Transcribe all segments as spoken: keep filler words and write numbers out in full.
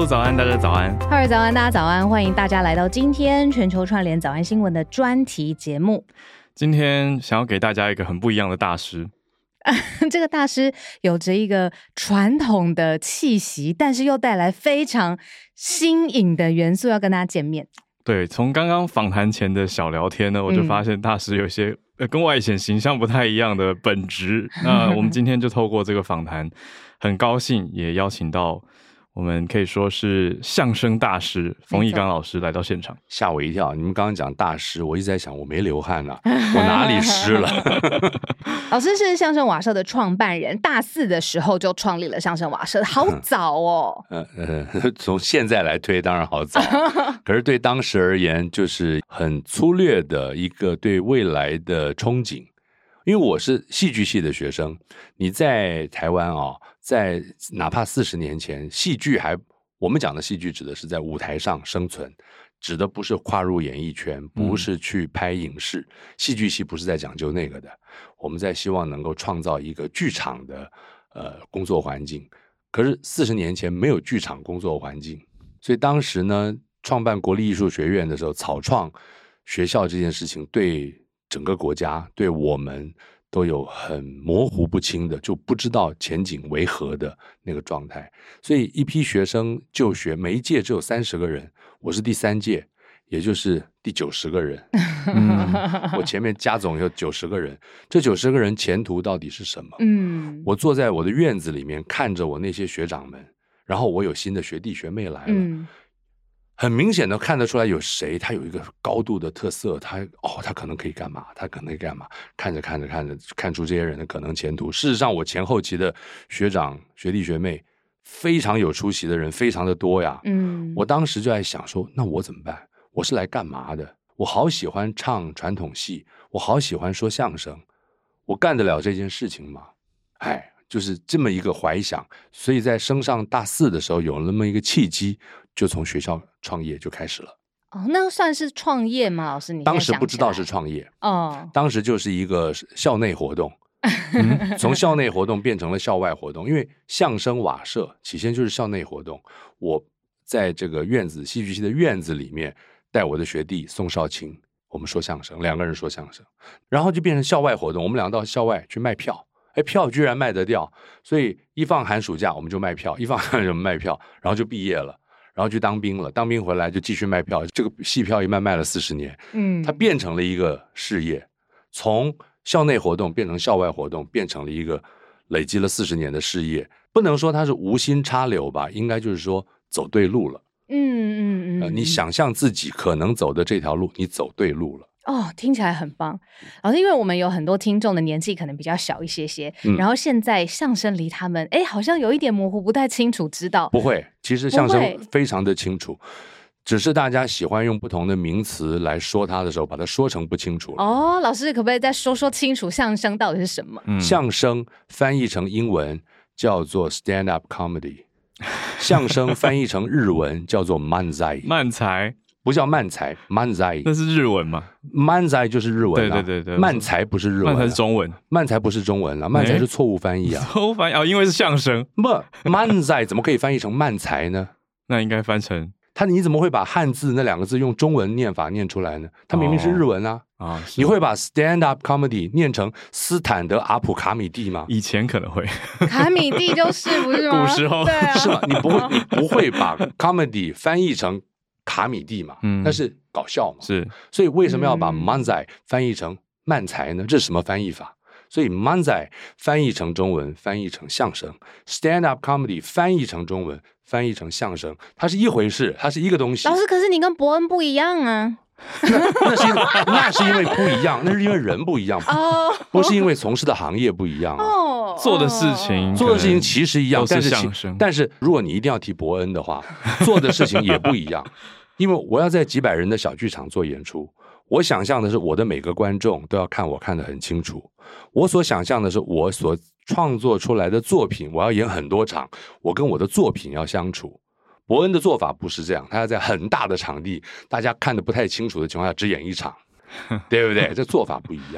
路早安，大家早安。 哈尔早安，大家早安，欢迎大家来到今天全球串联早安新闻的专题节目。 今天想要给大家一个很不一样的大师。 这个大师有着一个传统的气息，但是又带来非常新颖的元素，要跟大家见面。 对，从刚刚访谈前的小聊天呢，我就发现大师有些、呃、跟外显形象不太一样的本质。那我们今天就透过这个访谈，很高兴也邀请到我们可以说是相声大师冯翊纲老师来到现场。 吓我一跳，你们刚刚讲大师，我一直在想我没流汗啊，我哪里湿了？ 老师是相声瓦舍的创办人，大四的时候就创立了相声瓦舍，好早哦。 呃呃，从现在来推当然好早，可是对当时而言，就是很粗略的一个对未来的憧憬。因为我是戏剧系的学生，你在台湾啊、哦，在哪怕四十年前，戏剧还我们讲的戏剧指的是在舞台上生存，指的不是跨入演艺圈，不是去拍影视。嗯、戏剧系不是在讲究那个的，我们在希望能够创造一个剧场的呃工作环境。可是四十年前没有剧场工作环境，所以当时呢，创办国立艺术学院的时候，草创学校这件事情对整个国家对我们都有很模糊不清的，就不知道前景为何的那个状态。所以一批学生就学，每一届只有三十个人，我是第三届，也就是第九十个人。嗯、我前面加总有九十个人，这九十个人前途到底是什么？嗯，我坐在我的院子里面看着我那些学长们，然后我有新的学弟学妹来了。嗯，很明显的看得出来有谁他有一个高度的特色，他哦他可能可以干嘛，他可能可以干嘛，看着看着看着看出这些人的可能前途。事实上我前后期的学长学弟学妹非常有出息的人非常的多呀。嗯，我当时就在想说，那我怎么办？我是来干嘛的？我好喜欢唱传统戏，我好喜欢说相声，我干得了这件事情吗？哎，就是这么一个怀想。所以在升上大四的时候有那么一个契机，就从学校创业就开始了。 哦，那算是创业吗？老师，你当时不知道是创业哦， 当时就是一个校内活动，嗯、从校内活动变成了校外活动。因为相声瓦舍起先就是校内活动，我在这个院子戏剧系的院子里面带我的学弟宋少卿，我们说相声，两个人说相声，然后就变成校外活动，我们俩到校外去卖票。哎，票居然卖得掉，所以一放寒暑假我们就卖票，一放寒暑假卖票，然后就毕业了，然后去当兵了，当兵回来就继续卖票，这个戏票一卖卖了四十年，嗯，它变成了一个事业，从校内活动变成校外活动，变成了一个累积了四十年的事业。不能说它是无心插柳吧，应该就是说走对路了。嗯嗯嗯、呃，你想象自己可能走的这条路，你走对路了。 哦，听起来很棒。老师，因为我们有很多听众的年纪可能比较小一些些，嗯、然后现在相声离他们哎好像有一点模糊，不太清楚知道。 不会，其实相声非常的清楚，只是大家喜欢用不同的名词来说它的时候，把它说成不清楚了。 哦，老师可不可以再说说清楚相声到底是什么？ 嗯、相声翻译成英文叫做 stand up comedy， 相声翻译成日文叫做漫才。 漫才不叫漫才，漫才那是日文吗？ 漫才就是日文、啊、 对对对对， 漫才不是日文、啊， 漫才是中文， 漫才不是中文啊，漫才是错误翻译啊， 错误翻译哦，因为是相声。 不，漫才怎么可以翻译成漫才呢？ 那应该翻成他，你怎么会把汉字那两个字用中文念法念出来呢？它明明是日文啊！啊、哦，你会把 stand up comedy 念成斯坦德阿普卡米蒂吗？ 以前可能会， 卡米蒂就是不是吗？ 古时候对啊， 是吗？你不会，你不会把 comedy 翻译成卡米蒂嘛？嗯，那是搞笑嘛？ 是， 所以为什么要把漫才翻译成漫才呢？这是什么翻译法？所以漫才翻译成中文，翻译成相声 ；stand up comedy 翻译成中文，翻译成相声，它是一回事，它是一个东西。 老师，可是你跟伯恩不一样啊。 那, 那, 是因为那是因为不一样，那是因为人不一样，哦、不是因为从事的行业不一样、啊哦、 做的事情做的事情其实一样， 但是但是如果你一定要提伯恩的话，做的事情也不一样，因为我要在几百人的小剧场做演出，我想象的是我的每个观众都要看我看得很清楚，我所想象的是我所创作出来的作品，我要演很多场，我跟我的作品要相处。伯恩的做法不是这样，他要在很大的场地大家看得不太清楚的情况下只演一场，对不对？这做法不一样。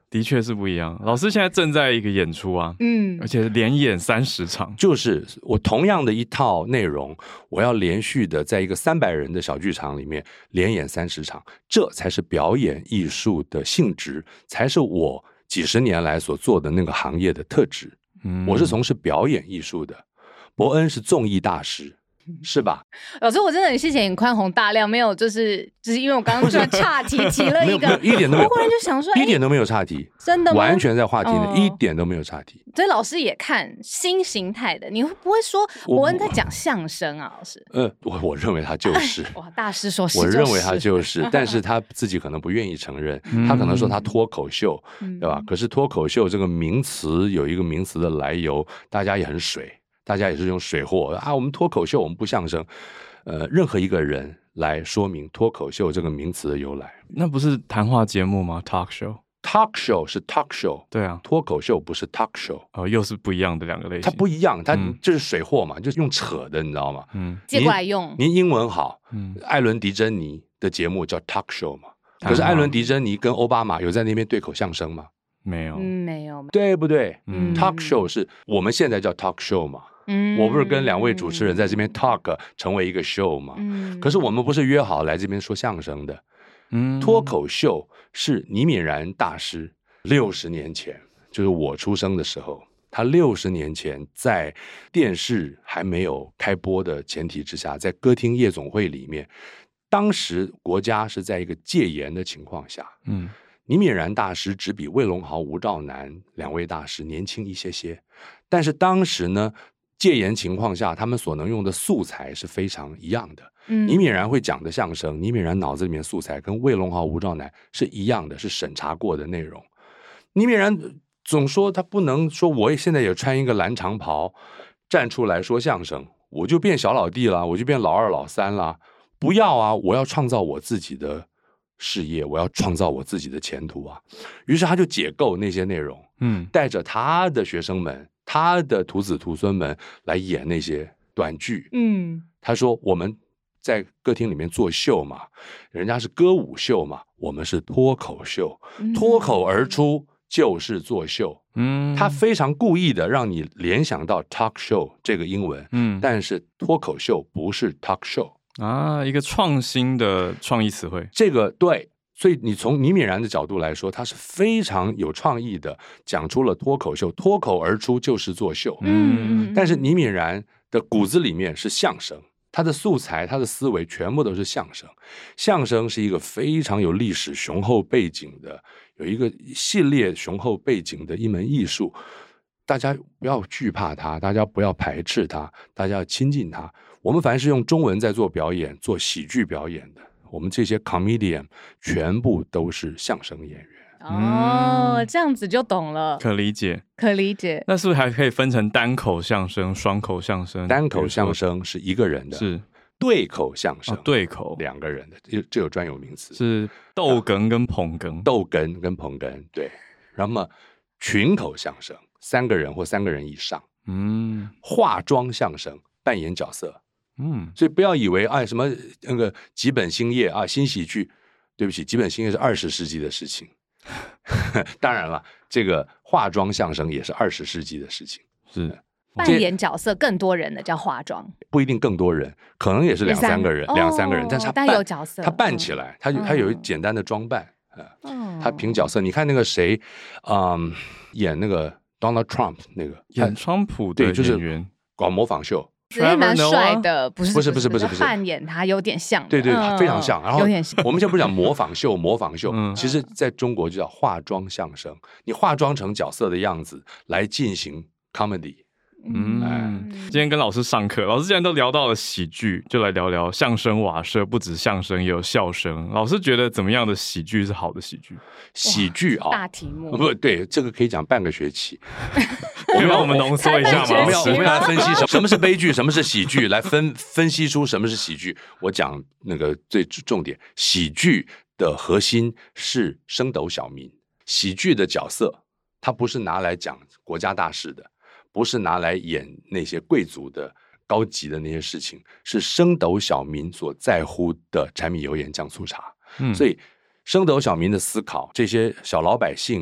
的确是不一样。老师现在正在一个演出啊，嗯，而且连演三十场， 就是我同样的一套内容，我要连续的在一个三百人的小剧场里面连演三十场，这才是表演艺术的性质，才是我几十年来所做的那个行业的特质。嗯，我是从事表演艺术的，伯恩是综艺大师。是吧？ 老师，我真的很谢谢你宽宏大量，没有就是就是因为我刚刚突然岔题提了一个， 一点都没有， 我忽然就想说， 一点都没有岔题， 真的吗？ 完全在话题内，哦、一点都没有岔题。 所以老师也看新形态的，你会不会说伯恩在讲相声啊？老师， 呃，我我认为他就是， 哇，大师说是、 就是，我认为他就是，但是他自己可能不愿意承认，他可能说他脱口秀，嗯、对吧？可是脱口秀这个名词有一个名词的来由，大家也很水。大家也是用水货啊，我们脱口秀，我们不相声，呃，任何一个人来说明脱口秀这个名词的由来， 那不是谈话节目吗 ？Talk show，Talk show 是 talk show， 对啊， 脱口秀不是 talk show， 哦，又是不一样的两个类型， 它不一样，它就是水货嘛，嗯、就是用扯的，你知道吗？ 嗯，借过来用。 您英文好，嗯，艾伦迪珍妮的节目叫 talk show 嘛，可是艾伦迪珍妮跟奥巴马有在那边对口相声吗？ 没有， 嗯，没有， 对不对？嗯 ，talk show 是我们现在叫 talk show 嘛。嗯，我不是跟两位主持人在这边 talk 成为一个 show 吗？嗯，可是我们不是约好来这边说相声的。嗯，脱口秀是倪敏然大师六十年前，就是我出生的时候，他六十年前在电视还没有开播的前提之下，在歌厅夜总会里面，当时国家是在一个戒严的情况下，嗯，倪敏然大师只比魏龙豪、吴兆南两位大师年轻一些些，但是当时呢，戒严情况下，他们所能用的素材是非常一样的。嗯，倪敏然会讲的相声，倪敏然脑子里面素材跟魏龙豪、吴兆南是一样的，是审查过的内容。倪敏然总说他不能说，我现在也穿一个蓝长袍站出来说相声，我就变小老弟了，我就变老二、老三了。不要啊，我要创造我自己的事业，我要创造我自己的前途啊。于是他就解构那些内容，嗯，带着他的学生们。他的徒子徒孙们来演那些短剧，嗯，他说我们在歌厅里面做秀嘛，人家是歌舞秀嘛，我们是脱口秀，嗯、脱口而出就是作秀，嗯，他非常故意的让你联想到 talk show 这个英文，嗯，但是脱口秀不是 talk show 啊，一个创新的创意词汇， 这个对。所以你从倪敏然的角度来说，他是非常有创意的，讲出了脱口秀，脱口而出就是作秀。嗯，但是倪敏然的骨子里面是相声，他的素材、他的思维全部都是相声。相声是一个非常有历史雄厚背景的，有一个系列雄厚背景的一门艺术。大家不要惧怕它，大家不要排斥它，大家要亲近它。我们凡是用中文在做表演、做喜剧表演的，我们这些 comedian 全部都是相声演员。 哦，嗯、这样子就懂了， 可理解， 可理解。 那是不是还可以分成单口相声、双口相声？ 单口相声是一个人的， 是对口相声， 哦、对口两个人的，这有专有名词， 是逗哏跟捧哏， 逗哏跟捧哏，对。然后群口相声，三个人或三个人以上，嗯，化妆相声，扮演角色。嗯，所以不要以为哎什么那个吉本兴业啊新喜剧，对不起，吉本兴业是二十世纪的事情。当然了，这个化妆相声也是二十世纪的事情。 是扮演角色更多人的叫化妆， 不一定更多人，可能也是两三个人，两三个人，但是他扮有角色， 他扮起来，他他有简单的装扮，嗯，他凭角色。你看那个谁，嗯，演那个 Donald Trump 那个演川普的演员， 搞模仿秀。 只是蛮帅的，不是不是不是不是不是扮演他有点像， 对对，嗯、非常像。然后有点像。 我们现在不是讲模仿秀，模仿秀，嗯、其实在中国就叫化妆相声。你化妆成角色的样子来进行 comedy。 嗯，哎、今天跟老师上课，老师既然都聊到了喜剧，就来聊聊相声瓦舍。不止相声，也有笑声。老师觉得怎么样的喜剧是好的喜剧？ 喜剧啊， 大题目不对，这个可以讲半个学期。 我们让我们浓缩一下嘛， 我们要我们要来分析什么什么是悲剧，什么是喜剧，来分分析出什么是喜剧。我讲那个最重点，喜剧的核心是升斗小民。喜剧的角色，它不是拿来讲国家大事的。不是拿来演那些贵族的高级的那些事情，是升斗小民所在乎的柴米油盐酱醋茶。嗯，所以升斗小民的思考，这些小老百姓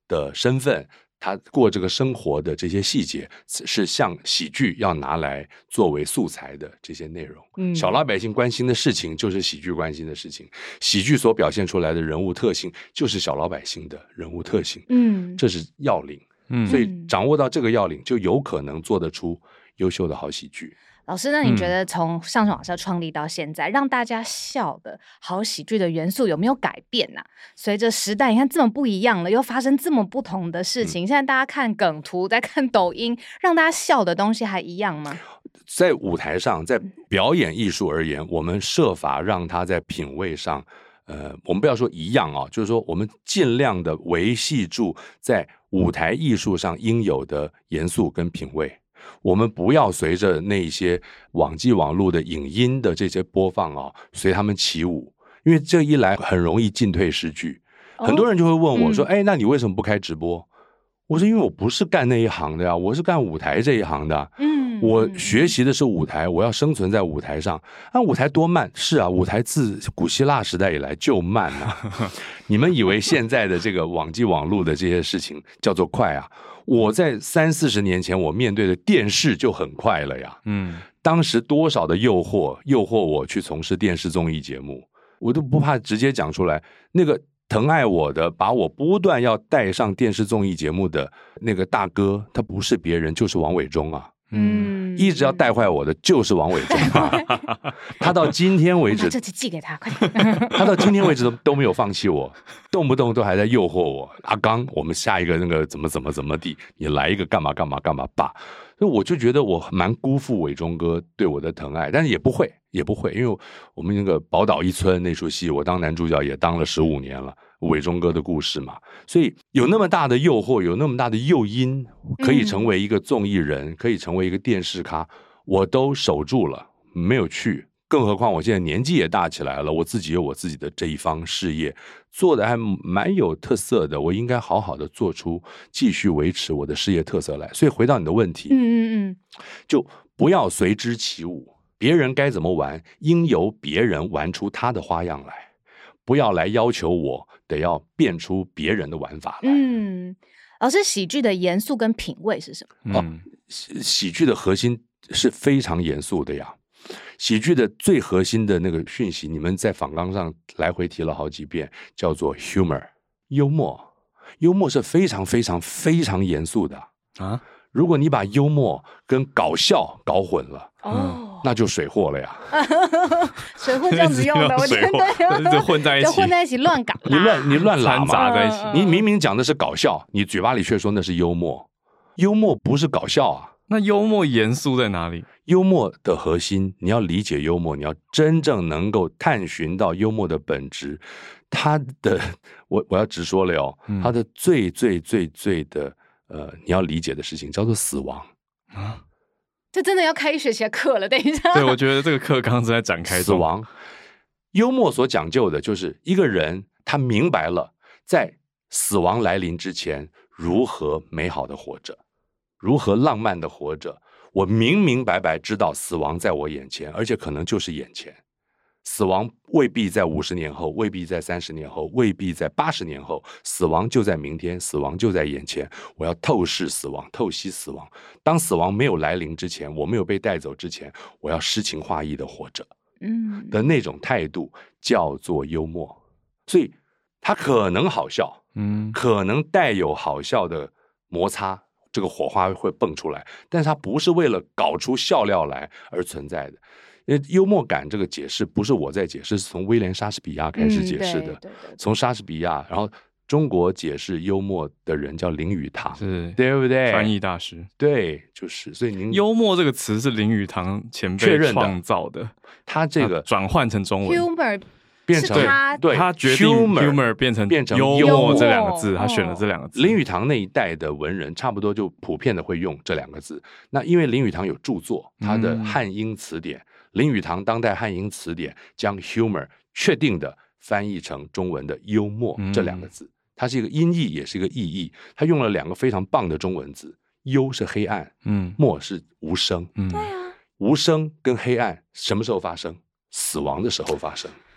的身份，他过这个生活的这些细节，是像喜剧要拿来作为素材的这些内容。嗯，小老百姓关心的事情就是喜剧关心的事情，喜剧所表现出来的人物特性就是小老百姓的人物特性。嗯，这是要领。嗯，所以掌握到这个要领，就有可能做得出优秀的好喜剧。 老师，那你觉得从相声网校创立到现在，嗯、让大家笑的好喜剧的元素有没有改变呢、啊？随着时代，你看这么不一样了，又发生这么不同的事情，嗯、现在大家看梗图，在看抖音，让大家笑的东西还一样吗？ 在舞台上，在表演艺术而言，我们设法让它在品味上，呃，我们不要说一样啊，就是说我们尽量的维系住在舞台艺术上应有的严肃跟品味。我们不要随着那些网际网络的影音的这些播放啊，随他们起舞，因为这一来很容易进退失据。哦、很多人就会问我说：“哎、嗯，那你为什么不开直播？”我说：“因为我不是干那一行的呀，我是干舞台这一行的。嗯，我学习的是舞台，我要生存在舞台上。那、啊、舞台多慢？是啊，舞台自古希腊时代以来就慢啊。你们以为现在的这个网际网络的这些事情叫做快啊？”我在三四十年前，我面对的电视就很快了呀。嗯，当时多少的诱惑，诱惑我去从事电视综艺节目，我都不怕直接讲出来。那个疼爱我的，把我不断要带上电视综艺节目的那个大哥，他不是别人，就是王伟忠啊。嗯，一直要带坏我的就是王伟忠啊。他到今天为止， 把这次寄给他，快点。 他到今天为止都都没有放弃我，动不动都还在诱惑我。阿刚，我们下一个那个怎么怎么怎么地，你来一个干嘛干嘛干嘛吧。所以我就觉得我蛮辜负伟忠哥对我的疼爱，但是也不会也不会，因为我们那个宝岛一村那出戏，我当男主角也当了十五年了。伟忠哥的故事嘛，所以有那么大的诱惑，有那么大的诱因，可以成为一个综艺人，嗯、可以成为一个电视咖，我都守住了，没有去。更何况我现在年纪也大起来了，我自己有我自己的这一方事业，做的还蛮有特色的，我应该好好的做出，继续维持我的事业特色来。所以回到你的问题，嗯嗯嗯，就不要随之起舞，别人该怎么玩，应由别人玩出他的花样来，不要来要求我得要变出别人的玩法来。 嗯，老师，喜剧的严肃跟品味是什么？ 哦，喜喜剧的核心是非常严肃的呀。喜剧的最核心的那个讯息，你们在访纲上来回提了好几遍，叫做 humor， 幽默。幽默是非常非常非常严肃的啊！如果你把幽默跟搞笑搞混了，哦，那就水货了呀。 水货这样子用的，我觉得就混在一起， 就混在一起乱搞， 你乱你乱拉杂在一起。 你明明讲的是搞笑，你嘴巴里却说那是幽默。幽默不是搞笑啊。 那幽默严肃在哪里？ 幽默的核心，你要理解幽默，你要真正能够探寻到幽默的本质。它的，我我要直说了哟，嗯、它的最最最最的呃，你要理解的事情叫做死亡啊！ 这真的要开一学期的课了。等一下， 对，我觉得这个课刚刚正在展开。 死亡，幽默所讲究的就是一个人他明白了，在死亡来临之前如何美好的活着。如何浪漫的活着，我明明白白知道死亡在我眼前，而且可能就是眼前。死亡未必在五十年后，未必在三十年后，未必在八十年后，死亡就在明天，死亡就在眼前。我要透视死亡，透析死亡。当死亡没有来临之前，我没有被带走之前，我要诗情画意的活着。嗯，的那种态度叫做幽默。所以它可能好笑，嗯，可能带有好笑的摩擦。这个火花会蹦出来，但是它不是为了搞出笑料来而存在的。因为幽默感这个解释不是我在解释，是从威廉莎士比亚开始解释的。嗯、对对对从莎士比亚，然后中国解释幽默的人叫林语堂， 是， 对不对？ 翻译大师， 对，就是。所以您幽默这个词是林语堂前辈创造的， 他这个转换成中文 humor。 变成他对他决定 humor 变成变成幽默这两个字，他选了这两个字。 林语堂那一代的文人差不多就普遍的会用这两个字。那因为林语堂有著作，他的汉英词典，嗯、林语堂当代汉英词典将 humor 确定的翻译成中文的幽默这两个字，嗯、它是一个音译，也是一个意译。他用了两个非常棒的中文字，幽是黑暗，嗯，默是无声， 对啊， 无声跟黑暗什么时候发生？死亡的时候发生。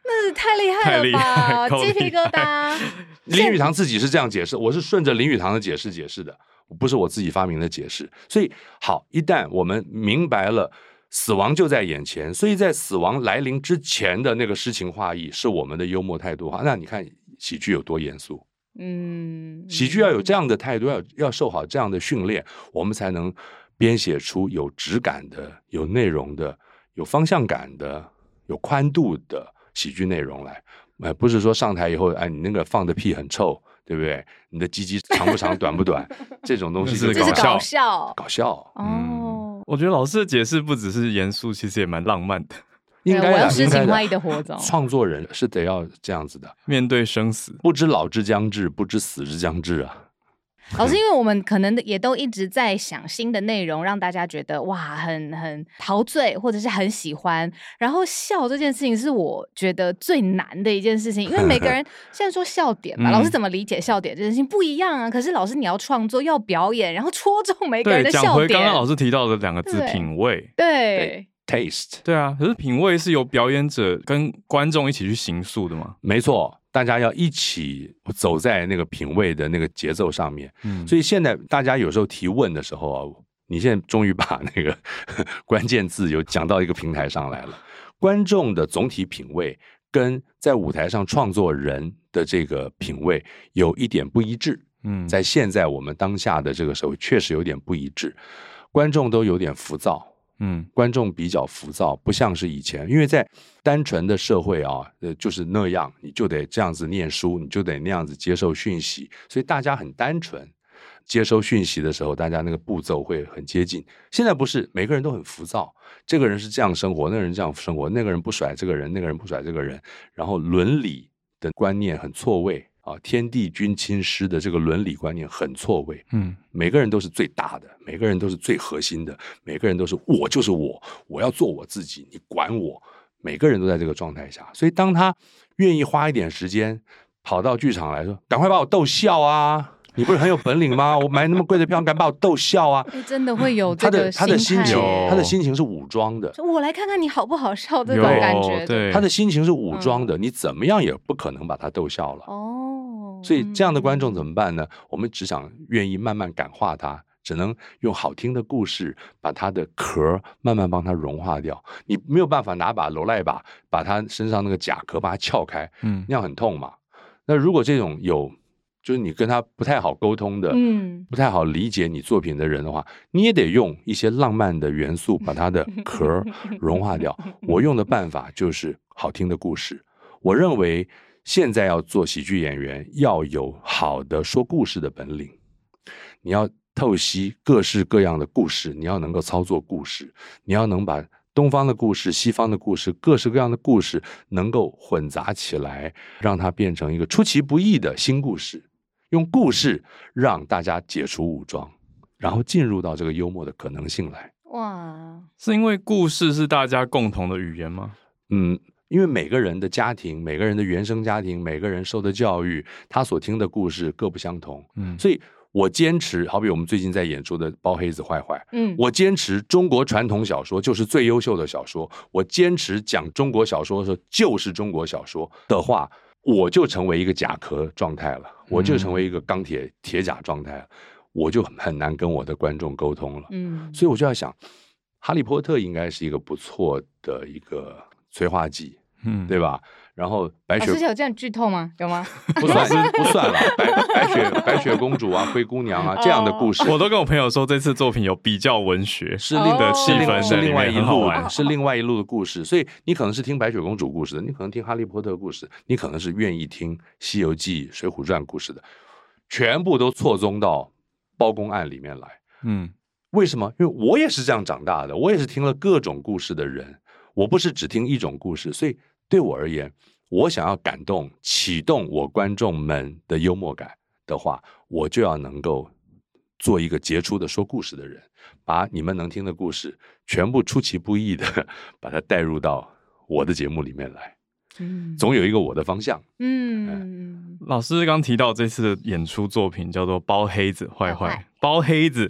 那是太厉害了吧，鸡皮疙瘩。 林语堂自己是这样解释，我是顺着林语堂的解释解释的，不是我自己发明的解释。所以好，一旦我们明白了死亡就在眼前，所以在死亡来临之前的那个诗情画意是我们的幽默态度，那你看喜剧有多严肃。嗯，喜剧要有这样的态度，要要受好这样的训练，我们才能编写出有质感的、有内容的、有方向感的、有宽度的喜剧内容来。呃，不是说上台以后，哎，你那个放的屁很臭，对不对？你的鸡鸡长不长、短不短，这种东西是搞笑， 搞笑， 搞笑。 哦， 我觉得老师的解释不只是严肃，其实也蛮浪漫的。 应该的， 我要诗情画意的活动。 创作人是得要这样子的， 面对生死， 不知老之将至，不知死之将至啊。 老师，因为我们可能也都一直在想新的内容，让大家觉得哇，很很陶醉，或者是很喜欢。然后笑这件事情是我觉得最难的一件事情，因为每个人现在说笑点嘛，嗯、老师怎么理解笑点这件事情不一样啊。可是老师你要创作，要表演，然后戳中每个人的笑点。 讲回刚刚老师提到的两个字，品味。 对。 taste 对啊，可是品味是由表演者跟观众一起去形塑的嘛？ 没错，大家要一起走在那个品味的那个节奏上面。嗯，所以现在大家有时候提问的时候啊，你现在终于把那个关键字有讲到一个平台上来了。观众的总体品味跟在舞台上创作人的这个品味有一点不一致。嗯，在现在我们当下的这个社会确实有点不一致，观众都有点浮躁。嗯，观众比较浮躁，不像是以前，因为在单纯的社会啊，呃，就是那样，你就得这样子念书，你就得那样子接受讯息，所以大家很单纯，接收讯息的时候，大家那个步骤会很接近。现在不是，每个人都很浮躁，这个人是这样生活，那个人这样生活，那个人不甩这个人，那个人不甩这个人，然后伦理的观念很错位。啊，天地君亲师的这个伦理观念很错位，嗯，每个人都是最大的，每个人都是最核心的，每个人都是我就是我，我要做我自己，你管我，每个人都在这个状态下，所以当他愿意花一点时间跑到剧场来说，赶快把我逗笑啊！你不是很有本领吗？我买那么贵的票，敢把我逗笑啊！ 欸、真的会有这个他的心情，他的心情是武装的。 我来看看你好不好笑这种感觉， 对， 他的心情是武装的，嗯、你怎么样也不可能把他逗笑了。哦，所以这样的观众怎么办呢？我们只想愿意慢慢感化他，只能用好听的故事把他的壳慢慢帮他融化掉。你没有办法拿把罗赖把把他身上那个甲壳把它撬开，嗯，那样很痛嘛。那如果这种有就是你跟他不太好沟通的，嗯，不太好理解你作品的人的话，你也得用一些浪漫的元素把他的壳融化掉。我用的办法就是好听的故事。我认为现在要做喜剧演员，要有好的说故事的本领，你要透析各式各样的故事，你要能够操作故事，你要能把东方的故事、西方的故事、各式各样的故事能够混杂起来，让它变成一个出其不意的新故事。用故事让大家解除武装，然后进入到这个幽默的可能性来。 哇，是因为故事是大家共同的语言吗？ 嗯，因为每个人的家庭、每个人的原生家庭、每个人受的教育，他所听的故事各不相同。嗯，所以我坚持，好比我们最近在演出的《包黑子坏坏》，嗯，我坚持中国传统小说就是最优秀的小说，我坚持讲中国小说的时候就是中国小说的话，我就成为一个甲壳状态了，我就成为一个钢铁铁甲状态了，我就很难跟我的观众沟通了。嗯，所以我就要想，哈利波特应该是一个不错的一个催化剂，嗯，对吧？然后白雪， 老师有这样剧透吗？有吗？ 不算，不算了。白白雪白雪公主啊，灰姑娘啊，这样的故事， 我都跟我朋友说，这次作品有比较文学， 是另的气氛， 是另外一路，是另外一路的故事。所以你可能是听白雪公主故事的，你可能听哈利波特故事，你可能是愿意听西游记、水浒传故事的，全部都错综到包公案里面来。嗯，为什么？因为我也是这样长大的，我也是听了各种故事的人，我不是只听一种故事，所以对我而言，我想要感动、启动我观众们的幽默感的话，我就要能够做一个杰出的说故事的人，把你们能听的故事全部出其不意的把它带入到我的节目里面来。嗯，总有一个我的方向。嗯， 嗯老师刚提到这次的演出作品叫做《包黑子坏坏》，包黑子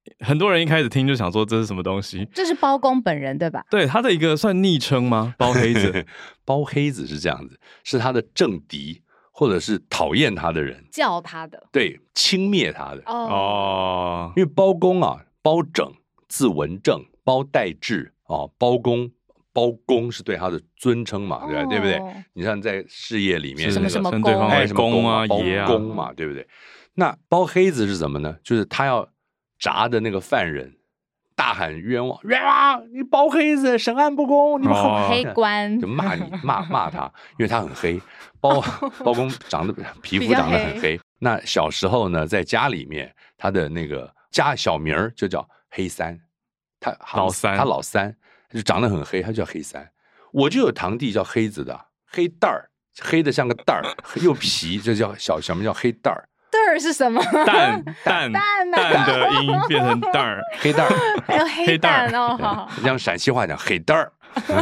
很多人一开始听就想说这是什么东西？ 这是包公本人对吧？ 对，他的一个算昵称吗？包黑子， 包黑子是这样子，是他的政敌或者是讨厌他的人叫他的， 对，轻蔑他的。 哦， 哦， 因为包公啊，包拯、字文正、包代志哦，包公。包公是对他的尊称嘛，对吧？ 哦对不对？你像在事业里面， 什么什么称对方哎， 为什么公啊、 包爷啊， 公嘛，对不对？那包黑子是什么呢？就是他要铡的那个犯人，大喊冤枉，冤枉！你包黑子，审案不公，你们哦黑官就骂你，骂骂他，因为他很黑。包包公长得皮肤长得很黑。那小时候呢，在家里面，他的那个家小名儿就叫黑三，他老三， 他老三。就长得很黑，他叫黑三。我就有堂弟叫黑子的，黑蛋儿，黑的像个蛋儿，又皮，这叫小小名叫黑蛋儿。 蛋儿是什么？ 蛋蛋蛋蛋的音变成蛋儿， 黑蛋儿， 还有黑蛋哦，好好。 像陕西话讲黑蛋儿。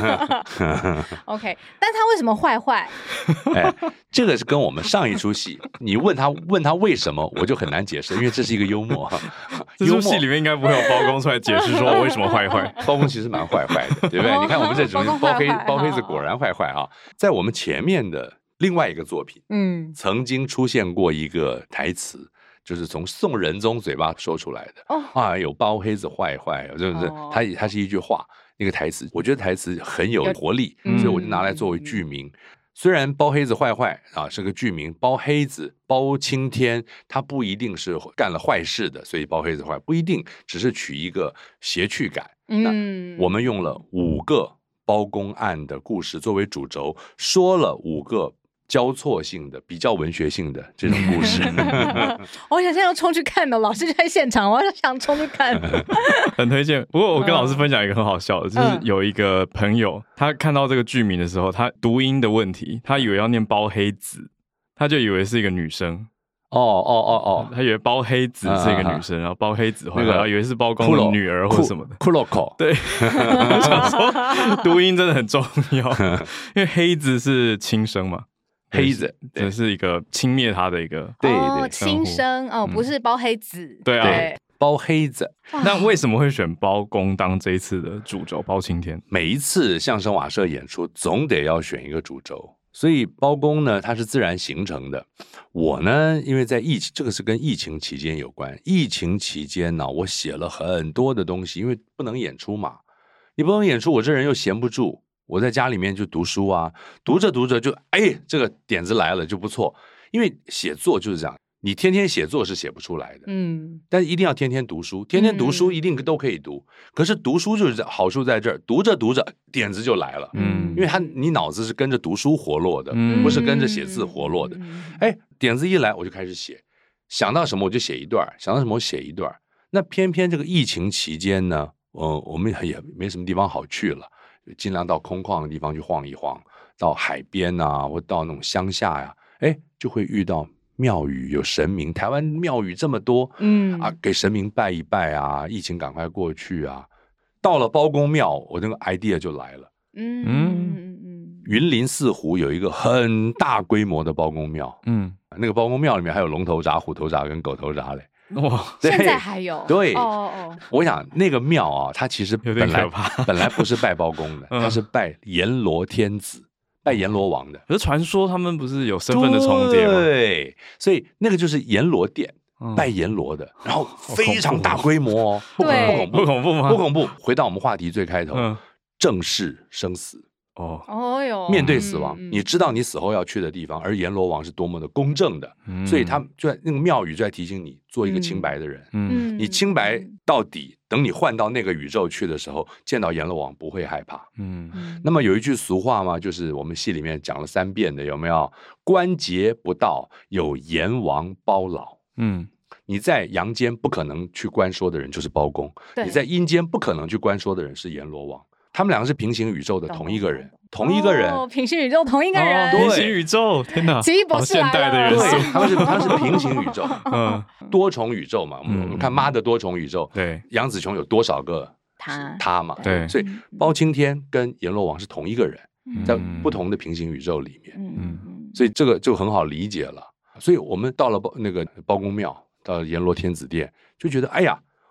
OK， 但他为什么坏坏？ 哎，这个是跟我们上一出戏，你问他问他为什么，我就很难解释，因为这是一个幽默。 这出戏里面应该不会有包公出来解释说我为什么坏坏。 包公其实蛮坏坏的，对不对？你看我们这种包黑包黑子果然坏坏啊！在我们前面的另外一个作品，嗯，曾经出现过一个台词，就是从宋仁宗嘴巴说出来的。哦啊，有包黑子坏坏，就是它它是一句话。那个台词，我觉得台词很有活力，所以我就拿来作为剧名。虽然包黑子坏坏啊是个剧名，包黑子包青天，他不一定是干了坏事的，所以包黑子坏不一定，只是取一个谐趣感。嗯，我们用了五个包公案的故事作为主轴，说了五个交错性的、比较文学性的这种故事。 我想现在要冲去看的，老师就在现场，我想冲去看。 很推荐。不过我跟老师分享一个很好笑的，就是有一个朋友，他看到这个剧名的时候，他读音的问题，他以为要念包黑子，他就以为是一个女生。 哦哦哦哦， 他以为包黑子是一个女生，然后包黑子坏坏，然后以为是包公的女儿或什么的。 骷髅口， 对，我想说读音真的很重要，因为黑子是轻声嘛。 黑子， 这是一个轻蔑他的一个， 对对，轻声哦，不是包黑子， 对啊， 包黑子。 那为什么会选包公当这一次的主轴？包青天， 每一次相声瓦舍演出总得要选一个主轴，所以包公呢，它是自然形成的。我呢，因为在疫情，这个是跟疫情期间有关。疫情期间呢，我写了很多的东西，因为不能演出嘛，你不能演出，我这人又闲不住。我在家里面就读书啊，读着读着就哎，这个点子来了就不错。因为写作就是这样，你天天写作是写不出来的，嗯，但一定要天天读书，天天读书一定都可以读。嗯、可是读书就是好处在这儿，读着读着点子就来了，嗯，因为他你脑子是跟着读书活络的，嗯、不是跟着写字活络的。哎、嗯，点子一来我就开始写，想到什么我就写一段，想到什么我写一段。那偏偏这个疫情期间呢，呃，我们也没什么地方好去了。尽量到空旷的地方去晃一晃，到海边啊，或到那种乡下呀、啊，哎，就会遇到庙宇有神明。台湾庙宇这么多，嗯啊，给神明拜一拜啊，疫情赶快过去啊。到了包公庙，我那个 idea 就来了。嗯嗯嗯，云林四湖有一个很大规模的包公庙，嗯，那个包公庙里面还有龙头铡、虎头铡跟狗头铡嘞。 哇，现在还有对哦哦，我想那个庙啊，它其实本来本来不是拜包公的，它是拜阎罗天子，拜阎罗王的。 可是传说他们不是有身份的重叠吗？ 对，所以那个就是阎罗殿，拜阎罗的，然后非常大规模哦，不恐怖， 不恐怖吗？ 不恐怖。回到我们话题最开头，正视生死。哦哦哟，面对死亡，嗯、你知道你死后要去的地方，而阎罗王是多么的公正的，嗯、所以他就在那个庙宇就在提醒你做一个清白的人。嗯，你清白到底，等你换到那个宇宙去的时候，见到阎罗王不会害怕。嗯，那么有一句俗话嘛，就是我们戏里面讲了三遍的，有没有？关节不到，有阎王包老。嗯。你在阳间不可能去关说的人就是包公，你在阴间不可能去关说的人是阎罗王。他们两个是平行宇宙的同一个人，同一个人， 哦，平行宇宙同一个人， 平行宇宙，天哪， 奇异博士来了， 好现代的元素， 对，他们是他是平行宇宙，嗯，多重宇宙嘛，我们看妈的多重宇宙，对，杨紫琼有多少个他他嘛，对，所以包青天跟阎罗王是同一个人，在不同的平行宇宙里面，嗯，所以这个就很好理解了。所以我们到了包那个包公庙，到了阎罗天子殿，就觉得哎呀，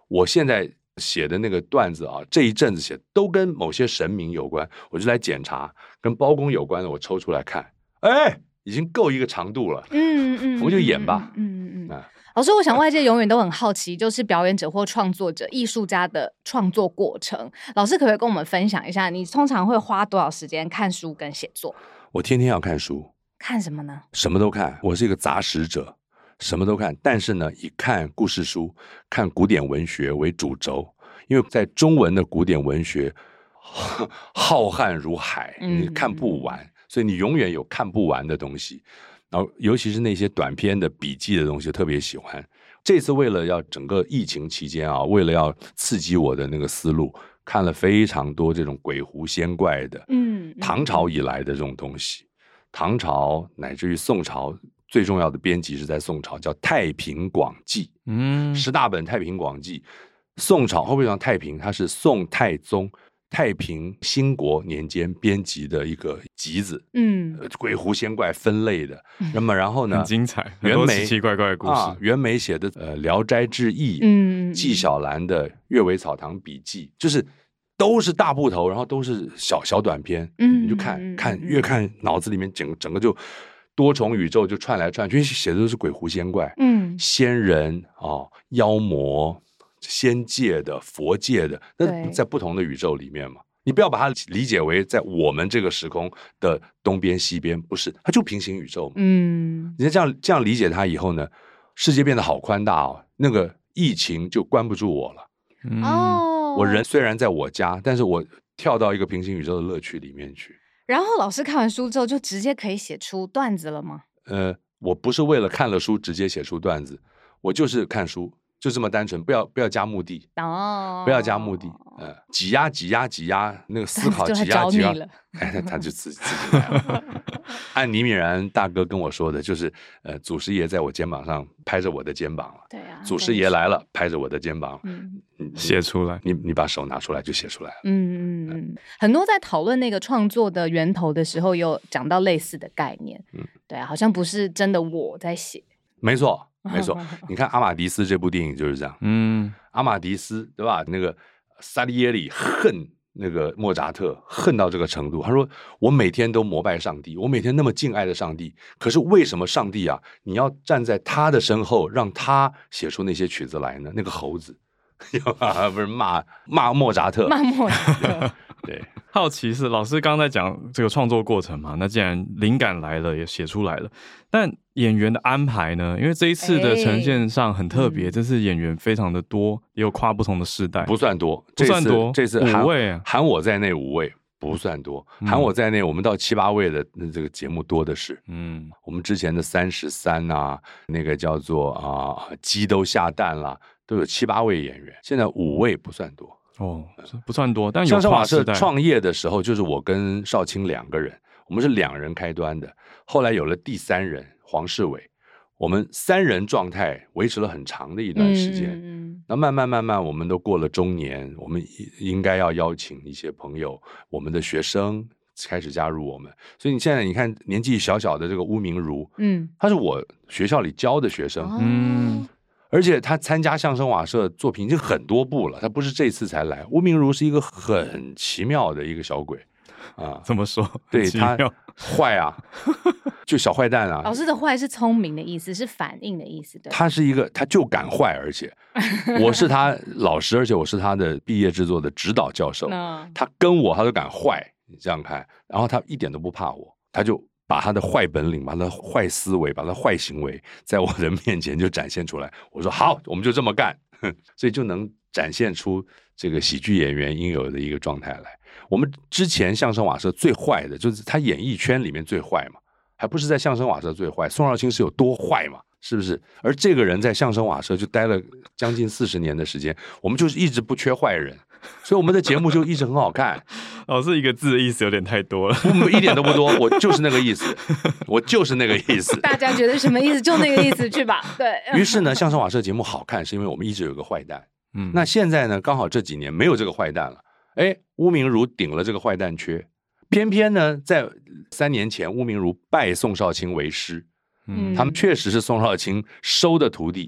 我现在写的那个段子啊，这一阵子写都跟某些神明有关，我就来检查，跟包公有关的我抽出来看，哎，已经够一个长度了。 嗯嗯， 我就演吧。 嗯嗯嗯。 啊老师，我想外界永远都很好奇，就是表演者或创作者、艺术家的创作过程。老师可不可以跟我们分享一下，你通常会花多少时间看书跟写作？ 我天天要看书。 看什么呢？ 什么都看，我是一个杂食者，什么都看。但是呢，以看故事书、看古典文学为主轴，因为在中文的古典文学浩瀚如海，你看不完，嗯、所以你永远有看不完的东西。然后，尤其是那些短篇的笔记的东西，特别喜欢。这次为了要整个疫情期间啊，为了要刺激我的那个思路，看了非常多这种鬼狐仙怪的，嗯，唐朝以来的这种东西。唐朝乃至于宋朝，最重要的编辑是在宋朝，叫《太平广记》。嗯，十大本《太平广记》。宋朝后面讲太平，它是宋太宗太平兴国年间编辑的一个集子。嗯，鬼狐仙怪分类的。那么然后呢， 很精彩，很多奇奇怪怪的故事。啊、 袁枚写的呃《聊斋志异》，嗯，纪晓岚的《阅微草堂笔记》，就是都是大部头，然后都是小小短篇。嗯，你就看看，越看脑子里面整整个就多重宇宙就串来串去，因为写的都是鬼狐仙怪，嗯，仙人啊、哦，妖魔。仙界的、佛界的，那在不同的宇宙里面嘛，你不要把它理解为在我们这个时空的东边、西边，不是，它就平行宇宙嘛。嗯，你这样这样理解它以后呢，世界变得好宽大哦，那个疫情就关不住我了。嗯，哦，我人虽然在我家，但是我跳到一个平行宇宙的乐趣里面去。 然后老师看完书之后，就直接可以写出段子了吗？ 呃，我不是为了看了书直接写出段子，我就是看书。就这么单纯，不要不要加目的哦，不要加目的，呃，挤压挤压挤压，那个思考挤压挤压，哎，他就自己自己来了。按倪敏然大哥跟我说的，就是呃，祖师爷在我肩膀上拍着我的肩膀了， 对啊， 祖师爷来了，拍着我的肩膀， 嗯，写出来， 你你把手拿出来就写出来了， 嗯嗯嗯。很多在讨论那个创作的源头的时候，有讲到类似的概念，嗯，对啊，好像不是真的我在写， 没错。没错，你看《阿玛迪斯》这部电影就是这样。嗯，阿玛迪斯对吧？那个萨利耶里恨那个莫扎特，恨到这个程度。他说：“我每天都膜拜上帝，我每天那么敬爱的上帝，可是为什么上帝啊，你要站在他的身后，让他写出那些曲子来呢？”那个猴子，不是骂骂莫扎特， 骂莫扎特。 对， 好奇是老师刚才讲这个创作过程嘛？那既然灵感来了，也写出来了，但演员的安排呢？因为这一次的呈现上很特别，欸、这次演员非常的多，也有跨不同的世代， 不算多， 不算多， 这次五位、啊， 含我在内五位不算多，含我在内，我们到七八位的这个节目多的是。嗯，我们之前的三十三啊，那个叫做啊鸡都下蛋啦，都有七八位演员，现在五位不算多。 哦，不算多，但有相声瓦舍创业的时候，就是我跟少卿两个人，我们是两人开端的。后来有了第三人黄世伟，我们三人状态维持了很长的一段时间。嗯，那慢慢慢慢，我们都过了中年，我们应该要邀请一些朋友，我们的学生开始加入我们。所以你现在你看年纪小小的这个巫明如，嗯，他是我学校里教的学生，嗯。而且他参加相声瓦舍作品已经很多部了，他不是这次才来。巫明如是一个很奇妙的一个小鬼啊， 怎么说？ 对他坏啊，就小坏蛋啊。 老师的坏是聪明的意思，是反应的意思。对， 他是一个，他就敢坏，而且我是他老师，而且我是他的毕业制作的指导教授。他跟我他都敢坏，你这样看，然后他一点都不怕我，他就把他的坏本领，把他的坏思维，把他的坏行为在我的面前就展现出来。我说好，我们就这么干，所以就能展现出这个喜剧演员应有的一个状态来。我们之前相声瓦舍最坏的就是他演艺圈里面最坏嘛，还不是在相声瓦舍最坏。宋少卿是有多坏嘛？是不是？而这个人在相声瓦舍就待了将近四十年的时间，我们就是一直不缺坏人。所以我们的节目就一直很好看。 老师一个字的意思有点太多了， 我们一点都不多，我就是那个意思，我就是那个意思。 大家觉得什么意思就那个意思去吧。对于是呢，相声瓦舍节目好看，是因为我们一直有个坏蛋。嗯，那现在呢，刚好这几年没有这个坏蛋了。哎，巫明如顶了这个坏蛋缺，偏偏呢，在三年前，巫明如拜宋少卿为师。嗯，他们确实是宋少卿收的徒弟。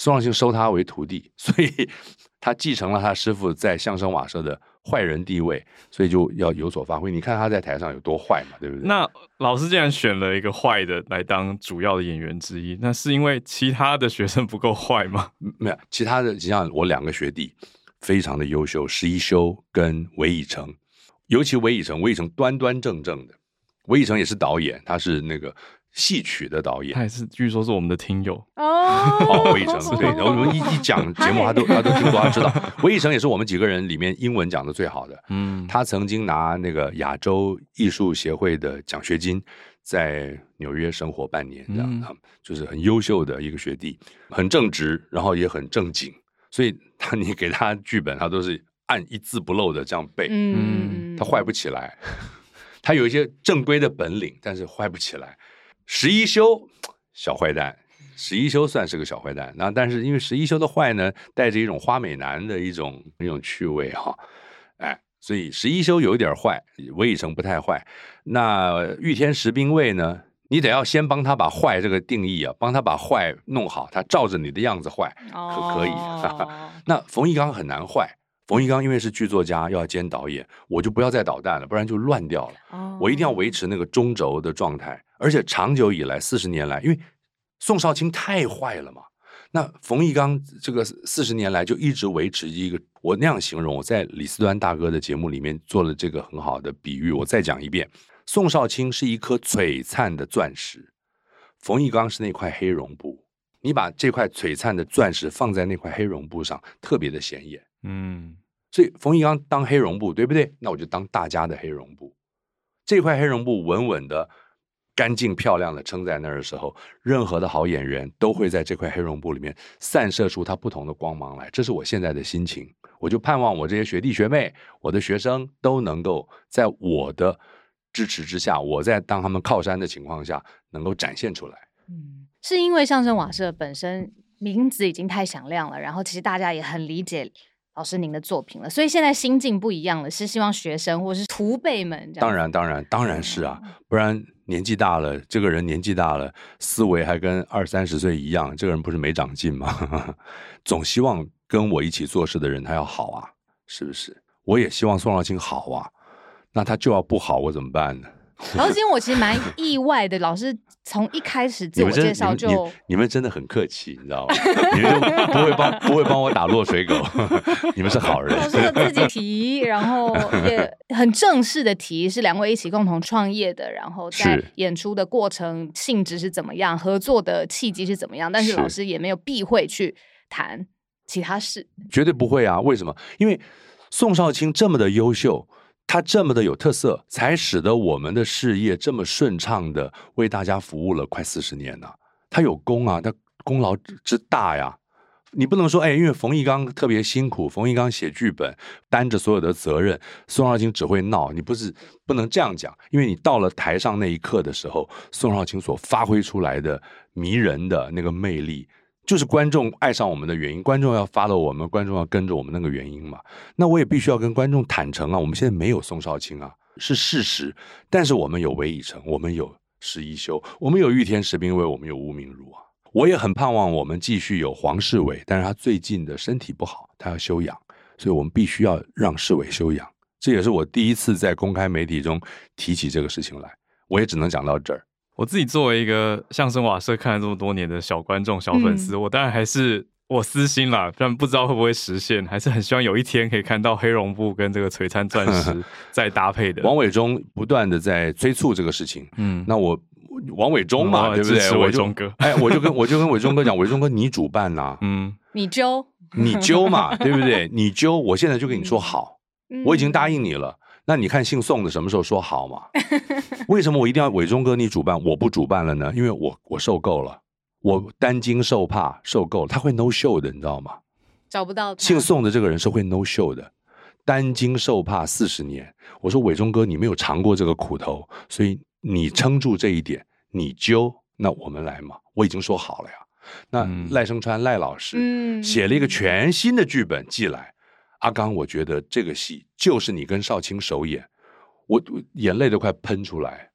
宋少卿收他为徒弟，所以他继承了他师父在相声瓦舍的坏人地位，所以就要有所发挥。你看他在台上有多坏嘛，对不对？ 那老师既然选了一个坏的来当主要的演员之一，那是因为其他的学生不够坏吗？ 没有，其他的像我两个学弟非常的优秀，石一修跟韦以诚，尤其韦以诚，韦以诚端端正正的，韦以诚也是导演，他是那个戏曲的导演， 他也是据说是我们的听友哦。韦以诚对，然后我们一一讲节目，他都他都听过，他知道。韦以诚也是我们几个人里面英文讲的最好的，嗯，他曾经拿那个亚洲艺术协会的奖学金，在纽约生活半年，这样、嗯、就是很优秀的一个学弟，很正直，然后也很正经，所以他你给他剧本，他都是按一字不漏的这样背，嗯，他坏不起来。他有一些正规的本领，但是坏不起来。石一修小坏蛋，石一修算是个小坏蛋，那但是因为石一修的坏呢，带着一种花美男的一种一种趣味哈，哎，所以石一修有一点坏，韦以诚不太坏。那玉天石兵卫呢，你得要先帮他把坏这个定义啊，帮他把坏弄好，他照着你的样子坏，可可以。哦、那冯翊纲很难坏。冯翊纲因为是剧作家，又要兼导演，我就不要再捣蛋了，不然就乱掉了。哦、我一定要维持那个中轴的状态，而且长久以来四十年来，因为宋少卿太坏了嘛，那冯翊纲这个四十年来就一直维持一个，我那样形容，我在李四端大哥的节目里面做了这个很好的比喻，我再讲一遍，宋少卿是一颗璀璨的钻石，冯翊纲是那块黑绒布，你把这块璀璨的钻石放在那块黑绒布上，特别的显眼。嗯，所以冯翊纲当黑绒布，对不对？那我就当大家的黑绒布。这块黑绒布稳稳的、干净漂亮的撑在那儿的时候，任何的好演员都会在这块黑绒布里面散射出他不同的光芒来。这是我现在的心情。我就盼望我这些学弟学妹、我的学生都能够在我的支持之下，我在当他们靠山的情况下，能够展现出来。 嗯，是因为相声瓦舍本身名字已经太响亮了，然后其实大家也很理解老师您的作品了，所以现在心境不一样了，是希望学生或是徒辈们当然当然当然是啊，不然年纪大了，这个人年纪大了，思维还跟二三十岁一样，这个人不是没长进吗？总希望跟我一起做事的人他要好啊，是不是？我也希望宋少卿好啊，那他就要不好，我怎么办呢？ 老师，今天我其实蛮意外的，老师从一开始自我介绍就你, 你, 你, 你们真的很客气，你知道吗？你们就不会帮不会帮我打落水狗，你们是好人。 老师自己提，然后也很正式的提，是两位一起共同创业的，然后在演出的过程性质是怎么样，合作的契机是怎么样，但是老师也没有避讳去谈其他事， 绝对不会啊！为什么？因为宋少卿这么的优秀。他这么的有特色，才使得我们的事业这么顺畅的为大家服务了快四十年呢、啊。他有功啊，他功劳之大呀！你不能说，哎，因为冯翊纲特别辛苦，冯翊纲写剧本，担着所有的责任，宋少卿只会闹，你不是不能这样讲。因为你到了台上那一刻的时候，宋少卿所发挥出来的迷人的那个魅力。就是观众爱上我们的原因，观众要 follow 我们，观众要跟着我们那个原因嘛。那我也必须要跟观众坦诚啊，我们现在没有宋少卿啊，是事实。但是我们有韦以诚，我们有石一修，我们有玉天石兵卫，我们有吴明如啊。我也很盼望我们继续有黄世伟，但是他最近的身体不好，他要休养，所以我们必须要让世伟休养。这也是我第一次在公开媒体中提起这个事情来，我也只能讲到这儿。 我自己作为一个相声瓦舍看了这么多年的小观众、小粉丝、嗯，我当然还是我私心啦，但不知道会不会实现，还是很希望有一天可以看到黑绒布跟这个璀璨钻石再搭配的。 王伟忠不断的在催促这个事情，嗯，那我王伟忠嘛， 嗯、 对不对？ 伟忠哥， 哎，我就跟我就跟伟忠哥讲，伟忠哥你主办呐、啊，嗯， 你揪， 你揪嘛，对不对？你揪，我现在就跟你说好，嗯、我已经答应你了。那你看姓宋的什么时候说好嘛？为什么我一定要伟忠哥你主办，我不主办了呢？因为我我受够了，我担惊受怕受够了，他会 no show 的，你知道吗？ 找不到他姓宋的这个人是会 no show 的，担惊受怕四十年。我说伟忠哥，你没有尝过这个苦头，所以你撑住这一点，你揪，那我们来嘛。我已经说好了呀。那赖声川赖老师、嗯、写了一个全新的剧本寄来。阿刚，我觉得这个戏就是你跟少卿首演，我眼泪都快喷出来。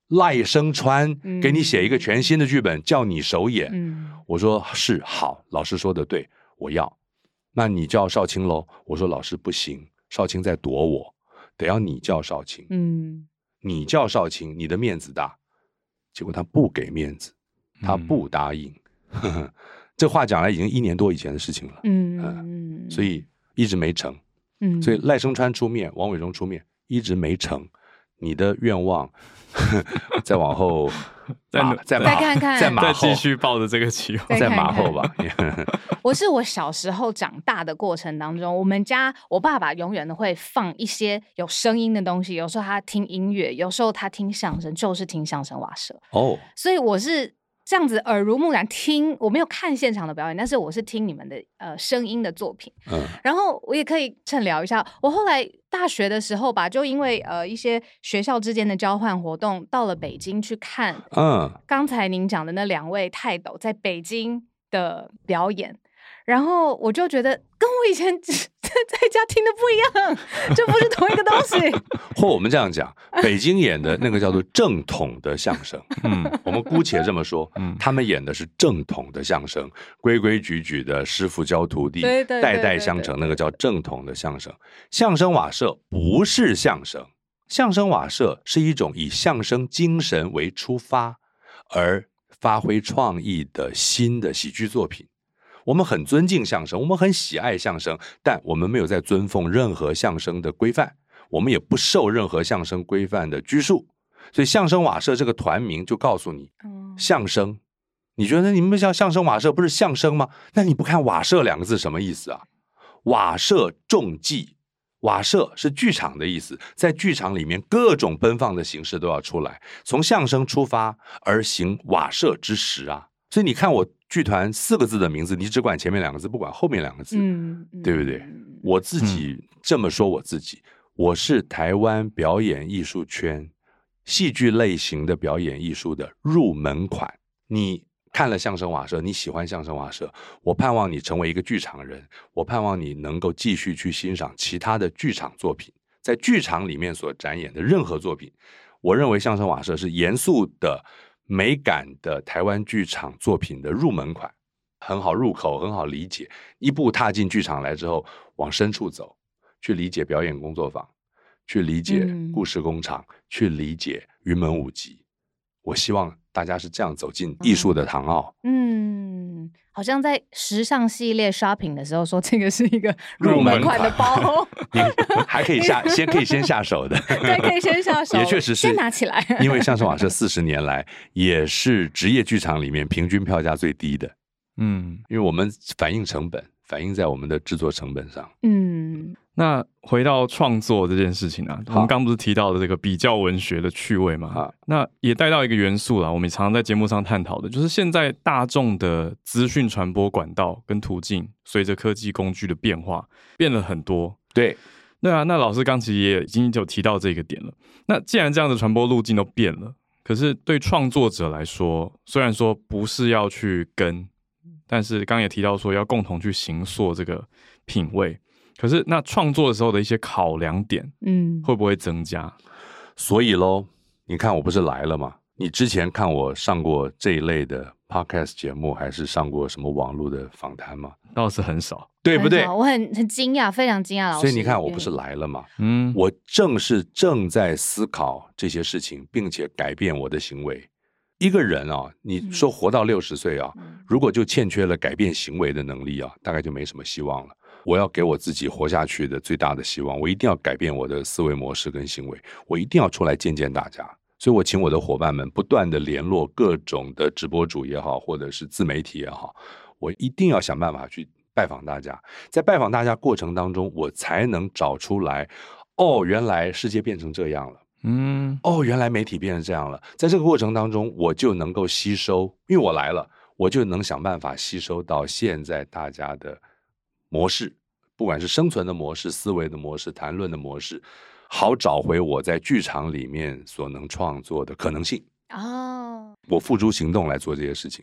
赖声川给你写一个全新的剧本，嗯、叫你首演。 嗯、 我说是，好，老师说的对，我要。那你叫少卿喽？我说老师不行，少卿在躲我，得要你叫少卿。 嗯， 你叫少卿，你的面子大。结果他不给面子，他不答应。嗯、呵呵这话讲来已经一年多以前的事情了。 嗯嗯、呃，所以一直没成。 嗯， 所以赖声川出面，王伟忠出面，一直没成。你的愿望再往后再再再看看， 再马后再继续抱着这个期望， 再马后吧。 我是我小时候长大的过程当中，我们家我爸爸永远都会放一些有声音的东西，有时候他听音乐，有时候他听相声，就是听相声瓦舍。 哦， 所以我是这样子耳濡目染听，我没有看现场的表演，但是我是听你们的呃声音的作品。嗯，然后我也可以趁聊一下，我后来大学的时候吧，就因为呃一些学校之间的交换活动，到了北京去看，嗯，刚才您讲的那两位泰斗在北京的表演。然后我就觉得跟我以前在家听的不一样，这不是同一个东西。 或我们这样讲，北京演的那个叫做正统的相声，嗯，我们姑且这么说，嗯，他们演的是正统的相声，规规矩矩的，师傅教徒弟， 对对对对代代相承，那个叫正统的相声。相声瓦舍不是相声，相声瓦舍是一种以相声精神为出发而发挥创意的新的喜剧作品。我们很尊敬相声，我们很喜爱相声，但我们没有在尊奉任何相声的规范，我们也不受任何相声规范的拘束。所以相声瓦舍这个团名就告诉你，嗯、相声，你觉得你们叫相声瓦舍不是相声吗？那你不看瓦舍两个字什么意思啊？瓦舍重技，瓦舍是剧场的意思，在剧场里面各种奔放的形式都要出来，从相声出发而行瓦舍之实啊。所以你看我剧团四个字的名字，你只管前面两个字，不管后面两个字，嗯、对不对？我自己这么说我自己，我是台湾表演艺术圈戏剧类型的表演艺术的入门款。你看了相声瓦舍，你喜欢相声瓦舍，我盼望你成为一个剧场人，我盼望你能够继续去欣赏其他的剧场作品，在剧场里面所展演的任何作品，我认为相声瓦舍是严肃的美感的台湾剧场作品的入门款，很好入口，很好理解。一步踏进剧场来之后，往深处走，去理解表演工作坊，去理解故事工厂，嗯、去理解云门舞集。我希望大家是这样走进艺术的唐奥。 嗯，好像在时尚系列 shopping 的时候说这个是一个入门款的包， 你还可以下先可以先下手的， 对，可以先下手， 也确实是先拿起来。 因为相声瓦舍四十年来也是职业剧场里面平均票价最低的，嗯，因为我们反映成本，反映在我们的制作成本上， 嗯。 那回到创作这件事情啊，我们刚不是提到的这个比较文学的趣味嘛？那也带到一个元素啦，我们常常在节目上探讨的，就是现在大众的资讯传播管道跟途径，随着科技工具的变化，变了很多。 对， 对啊。那老师刚其实也已经有提到这个点了。那既然这样的传播路径都变了，可是对创作者来说，虽然说不是要去跟，但是刚刚也提到说要共同去形塑这个品味。可是那创作的时候的一些考量点，嗯，会不会增加？ 所以咯，你看我不是来了吗？你之前看我上过这一类的 podcast 节目，还是上过什么网络的访谈吗？ 倒是很少， 对不对？ 我很很惊讶，非常惊讶，老师。 所以你看我不是来了吗？嗯，我正是正在思考这些事情，并且改变我的行为。一个人啊，你说活到六十岁啊，嗯、如果就欠缺了改变行为的能力啊，大概就没什么希望了。我要给我自己活下去的最大的希望，我一定要改变我的思维模式跟行为，我一定要出来见见大家。所以我请我的伙伴们不断的联络各种的直播主也好，或者是自媒体也好，我一定要想办法去拜访大家。在拜访大家过程当中，我才能找出来，哦，原来世界变成这样了。嗯，哦，原来媒体变成这样了。在这个过程当中，我就能够吸收，因为我来了，我就能想办法吸收到现在大家的模式，不管是生存的模式、思维的模式、谈论的模式，好找回我在剧场里面所能创作的可能性。哦，我付诸行动来做这些事情。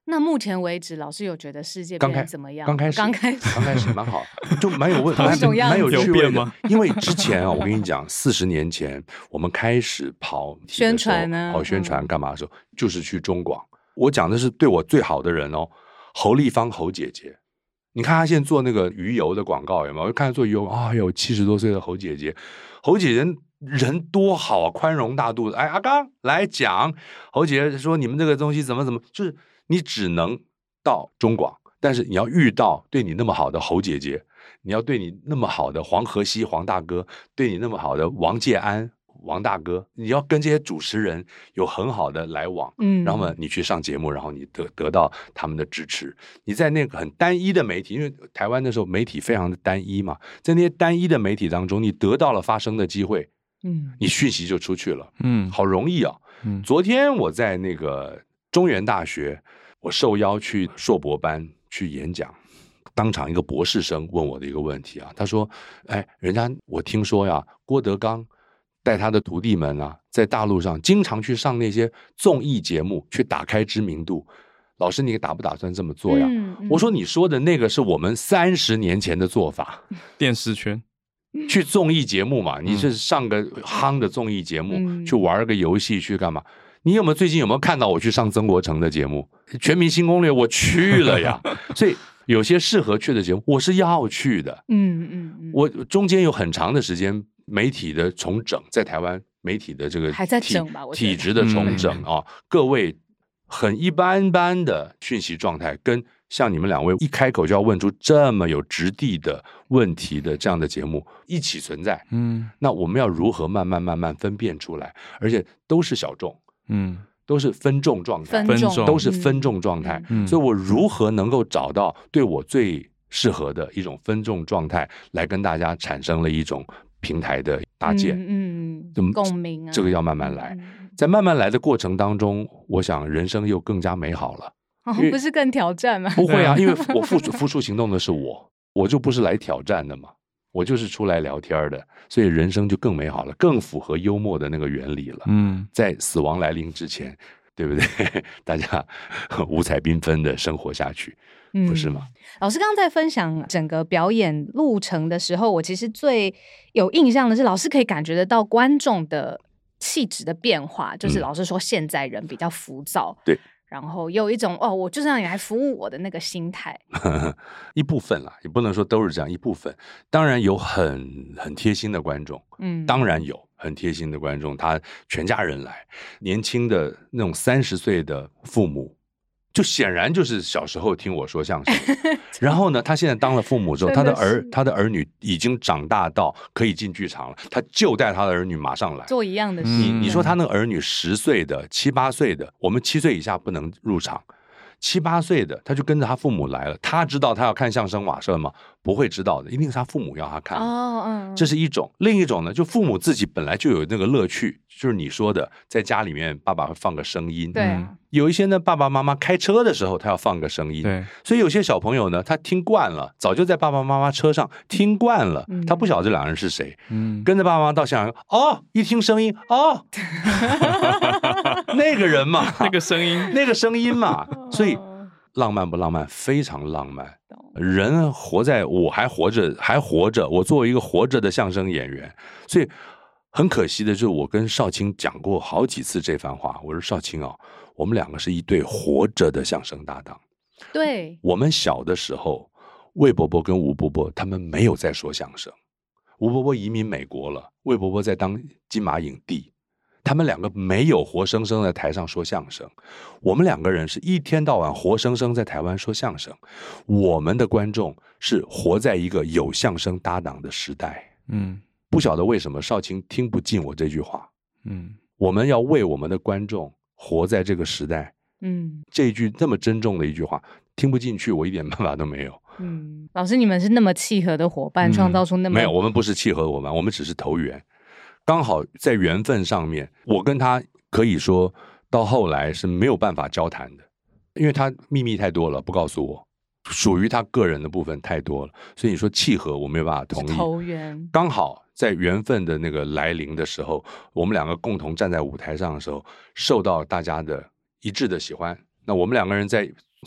那目前为止，老师有觉得世界变得怎么样？ 刚开始， 刚开始， 刚开始蛮好，就蛮有问题，蛮蛮有趣味吗？因为之前啊，我跟你讲，四十年前我们开始跑宣传呢， 跑宣传干嘛的时候，嗯、就是去中广。我讲的是对我最好的人哦，侯丽芳侯姐姐。你看她现在做那个鱼油的广告有没有？我看她做鱼油，啊、哦，有七十多岁的侯姐姐，侯姐姐人多好啊，宽容大度。哎，阿刚来讲，侯姐姐说你们这个东西怎么怎么，就是你只能到中广，但是你要遇到对你那么好的侯姐姐，你要对你那么好的黄河西黄大哥，对你那么好的王介安王大哥，你要跟这些主持人有很好的来往，嗯，然后呢，你去上节目，然后你得得到他们的支持。你在那个很单一的媒体，因为台湾那时候媒体非常的单一嘛，在那些单一的媒体当中，你得到了发声的机会，嗯，你讯息就出去了，嗯，好容易啊。嗯，昨天我在那个中原大学，我受邀去硕博班去演讲。当场一个博士生问我的一个问题啊，他说：“哎，人家我听说呀，郭德纲带他的徒弟们啊，在大陆上经常去上那些综艺节目，去打开知名度。老师，你打不打算这么做呀？”嗯嗯、我说：“你说的那个是我们三十年前的做法， 电视圈去综艺节目嘛，你是上个夯的综艺节目，嗯、去玩个游戏，去干嘛？你有没有最近有没有看到我去上曾国成的节目《全民新攻略》？我去了呀，所以。”有些适合去的节目，我是要去的。嗯嗯嗯，我中间有很长的时间，媒体的重整，在台湾媒体的这个还在整吧， 体质的重整啊，各位很一般般的讯息状态，跟像你们两位一开口就要问出这么有质地的问题的这样的节目一起存在。嗯，那我们要如何慢慢慢慢分辨出来？而且都是小众。嗯。都是分众状态， 分众都是分众状态，嗯、所以我如何能够找到对我最适合的一种分众状态，来跟大家产生了一种平台的搭建， 嗯，嗯共鸣啊， 这个要慢慢来，嗯、在慢慢来的过程当中，我想人生又更加美好了。 哦，不是更挑战吗？ 不会啊，因为我付付出行动的是我，我就不是来挑战的嘛。我就是出来聊天的，所以人生就更美好了，更符合幽默的那个原理了。嗯，在死亡来临之前，对不对？大家五彩缤纷的生活下去，不是吗？ 嗯、老师刚刚在分享整个表演路程的时候，我其实最有印象的是，老师可以感觉得到观众的气质的变化，就是老师说现在人比较浮躁， 嗯、对。 然后有一种哦，我就是让你来服务我的那个心态， 一部分啦，也不能说都是这样，一部分当然有很很贴心的观众，嗯，当然有很贴心的观众，他全家人来，年轻的那种三十岁的父母，就显然就是小时候听我说相声，然后呢，他现在当了父母之后，他的儿他的儿女已经长大到可以进剧场了，他就带他的儿女马上来做一样的事。 你你说他那个儿女十岁的、七八岁的，我们七岁以下不能入场。七八岁的他就跟着他父母来了，他知道他要看相声瓦舍吗？不会知道的，一定是他父母要他看。哦，嗯，这是一种。另一种呢，就父母自己本来就有那个乐趣，就是你说的，在家里面爸爸会放个声音。 对、啊， 有一些呢，爸爸妈妈开车的时候他要放个声音。 对， 所以有些小朋友呢，他听惯了，早就在爸爸妈妈车上听惯了，嗯、他不晓得这两人是谁。嗯，跟着爸爸妈妈到现场，哦，一听声音，哦，那个人嘛， 那个声音， 那个声音嘛，所以。浪漫不浪漫？非常浪漫。人活在我还活着，还活着。我作为一个活着的相声演员，所以很可惜的就是，我跟少卿讲过好几次这番话。我说少卿啊，我们两个是一对活着的相声搭档。 对， 我们小的时候，魏伯伯跟吴伯伯他们没有在说相声，吴伯伯移民美国了，魏伯伯在当金马影帝。他们两个没有活生生在台上说相声，我们两个人是一天到晚活生生在台湾说相声。我们的观众是活在一个有相声搭档的时代。嗯，不晓得为什么少卿听不进我这句话。嗯，我们要为我们的观众活在这个时代。嗯，这一句这么珍重的一句话听不进去，我一点办法都没有。 嗯，老师你们是那么契合的伙伴，创造出那么、 嗯、没有，我们不是契合的伙伴，我们只是投缘。刚好在缘分上面，我跟他可以说到后来是没有办法交谈的，因为他秘密太多了，不告诉我，属于他个人的部分太多了，所以你说契合我没有办法同意。 投缘刚好在缘分的那个来临的时候，我们两个共同站在舞台上的时候，受到大家的一致的喜欢。那我们两个人在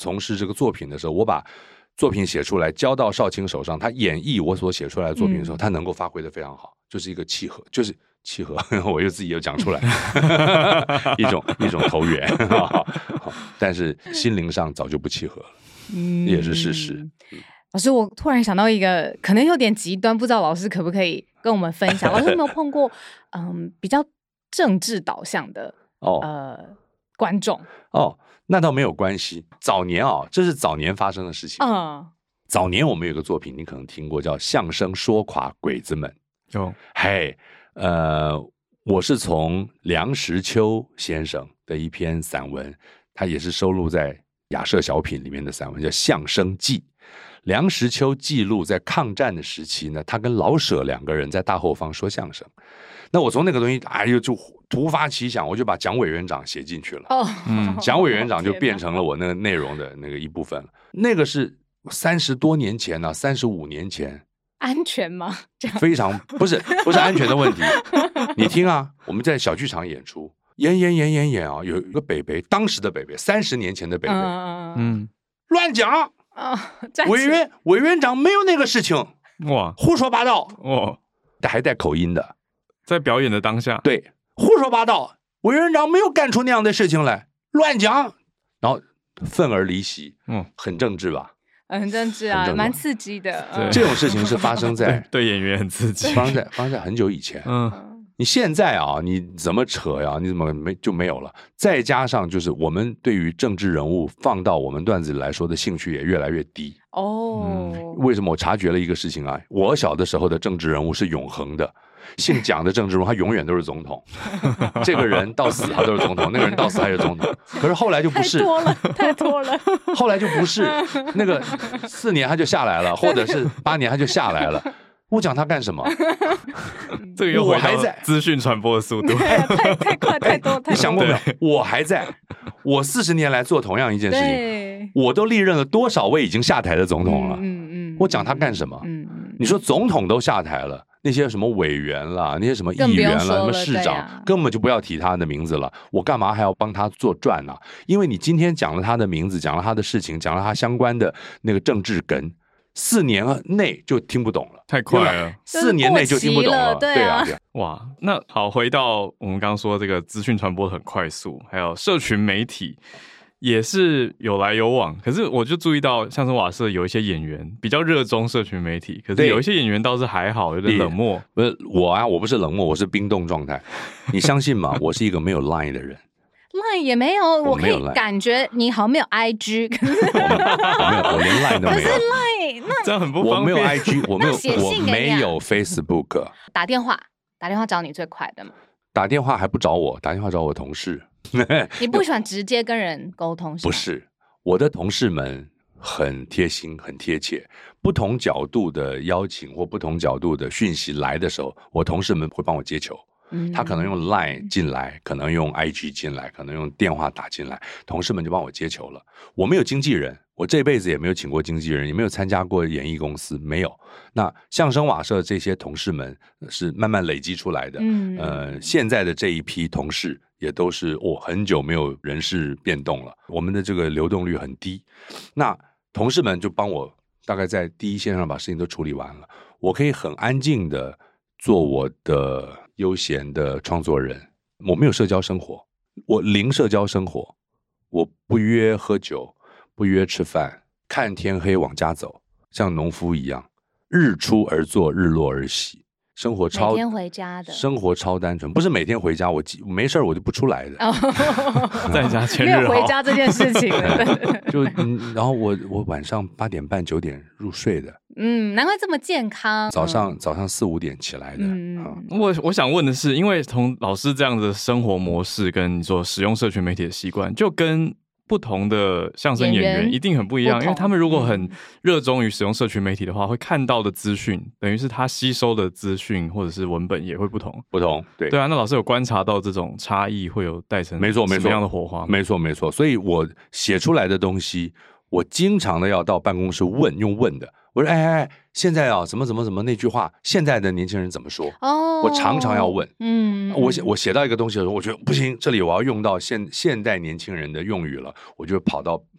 从事这个作品的时候，我把作品写出来交到少卿手上，他演绎我所写出来的作品的时候，嗯、他能够发挥的非常好，就是一个契合，就是契合，我又自己又讲出来，一种一种投缘，但是心灵上早就不契合了，嗯，也是事实。 老师，我突然想到一个可能有点极端，不知道老师可不可以跟我们分享？老师有没有碰过嗯比较政治导向的哦呃观众？ 哦，那倒没有关系。早年啊、哦，这是早年发生的事情。嗯，早年我们有个作品，你可能听过，叫《相声说垮鬼子们》。哦，嘿，呃，我是从梁实秋先生的一篇散文，他也是收录在雅舍小品里面的散文，叫《相声记》。梁实秋记录在抗战的时期呢，他跟老舍两个人在大后方说相声。那我从那个东西，哎呦，就突发奇想，我就把蒋委员长写进去了。哦，嗯，蒋委员长就变成了我那个内容的那个一部分了。那个是三十多年前呢、啊，三十五年前。 安全吗？ 非常不是不是安全的问题。你听啊，我们在小剧场演出，演演演演演啊，有一个北北，当时的北北，三十年前的北北，嗯嗯，乱讲。哦、委员委员长没有那个事情，哇，胡说八道，哇，还带口音的， 在表演的当下， 对，胡说八道，委员长没有干出那样的事情来，乱讲，然后愤而离席，嗯，很政治吧？ 很政治啊，蛮刺激的。 嗯、这种事情是发生在对, 对演员很刺激， 发生在发生在很久以前，嗯。你现在啊，你怎么扯呀？你怎么没就没有了？再加上就是我们对于政治人物放到我们段子里来说的兴趣也越来越低哦、嗯。为什么？我察觉了一个事情啊，我小的时候的政治人物是永恒的，姓蒋的政治人物他永远都是总统，这个人到死他都是总统，那个人到死还是总统。可是后来就不是， 太多了，太多了。 后来就不是，那个四年他就下来了，或者是八年他就下来了。我讲他干什么？ 这个又回到资讯传播的速度， 太太快太多。 你想过没有？我还在，我四十年来做同样一件事情，我都历任了多少位已经下台的总统了？嗯嗯，我讲他干什么？嗯嗯，你说总统都下台了，那些什么委员啦，那些什么议员啦，什么市长，啊、根本就不要提他的名字了。我干嘛还要帮他做传呢、啊？因为你今天讲了他的名字，讲了他的事情，讲了他相关的那个政治梗。四年内就听不懂了， 太快了。 四年内就听不懂了， 对啊。 对啊哇，那好，回到我们刚刚说这个资讯传播很快速，还有社群媒体也是有来有往。可是我就注意到，像是瓦舍有一些演员比较热衷社群媒体，可是有一些演员倒是还好，有点冷漠。 不是我啊，我不是冷漠，我是冰冻状态。你相信吗？我是一个没有 Line 的人。 Line 也没有，我可以感觉你好像没有 I G， 可是我没有，我连 Line 都没有。 可是 Line 那这样很不方便。 我没有 I G， 我没有，我没有 Facebook。 打电话，打电话找你最快的嘛？ 打电话还不找我，打电话找我同事。 你不喜欢直接跟人沟通是吗？ 不是，我的同事们很贴心，很贴切。不同角度的邀请或不同角度的讯息来的时候，我同事们会帮我接球。他可能用 Line 进来，可能用 I G 进来，可能用电话打进来，同事们就帮我接球了。我没有经纪人，我这辈子也没有请过经纪人，也没有参加过演艺公司，没有。那相声瓦舍这些同事们是慢慢累积出来的，嗯，呃，现在的这一批同事也都是哦，很久没有人事变动了，我们的这个流动率很低。那同事们就帮我大概在第一线上把事情都处理完了，我可以很安静的做我的悠闲的创作人，我没有社交生活，我零社交生活，我不约喝酒，不约吃饭，看天黑往家走，像农夫一样，日出而作，日落而息，生活超每天回家的， 生活超单纯，不是每天回家，我没事我就不出来的，哦、 在家千日好， 没有回家这件事情就、嗯、然后我我晚上八点半九点入睡的。 嗯，难怪这么健康。 早上、嗯、早上四五点起来的。 嗯嗯、我我想问的是，因为从老师这样的生活模式跟你说使用社群媒体的习惯，就跟不同的相声演员一定很不一样，因为他们如果很热衷于使用社群媒体的话，会看到的资讯，等于是他吸收的资讯或者是文本也会不同。 不同，对对啊。那老师有观察到这种差异会有带成没错没错什么样的火花？ 没错没错。所以我写出来的东西，我经常的要到办公室问，用问的。我说哎哎哎，现在啊，怎么怎么怎么那句话，现在的年轻人怎么说？哦，我常常要问。嗯，我写我写到一个东西的时候，我觉得不行，这里我要用到现现代年轻人的用语了，我就跑到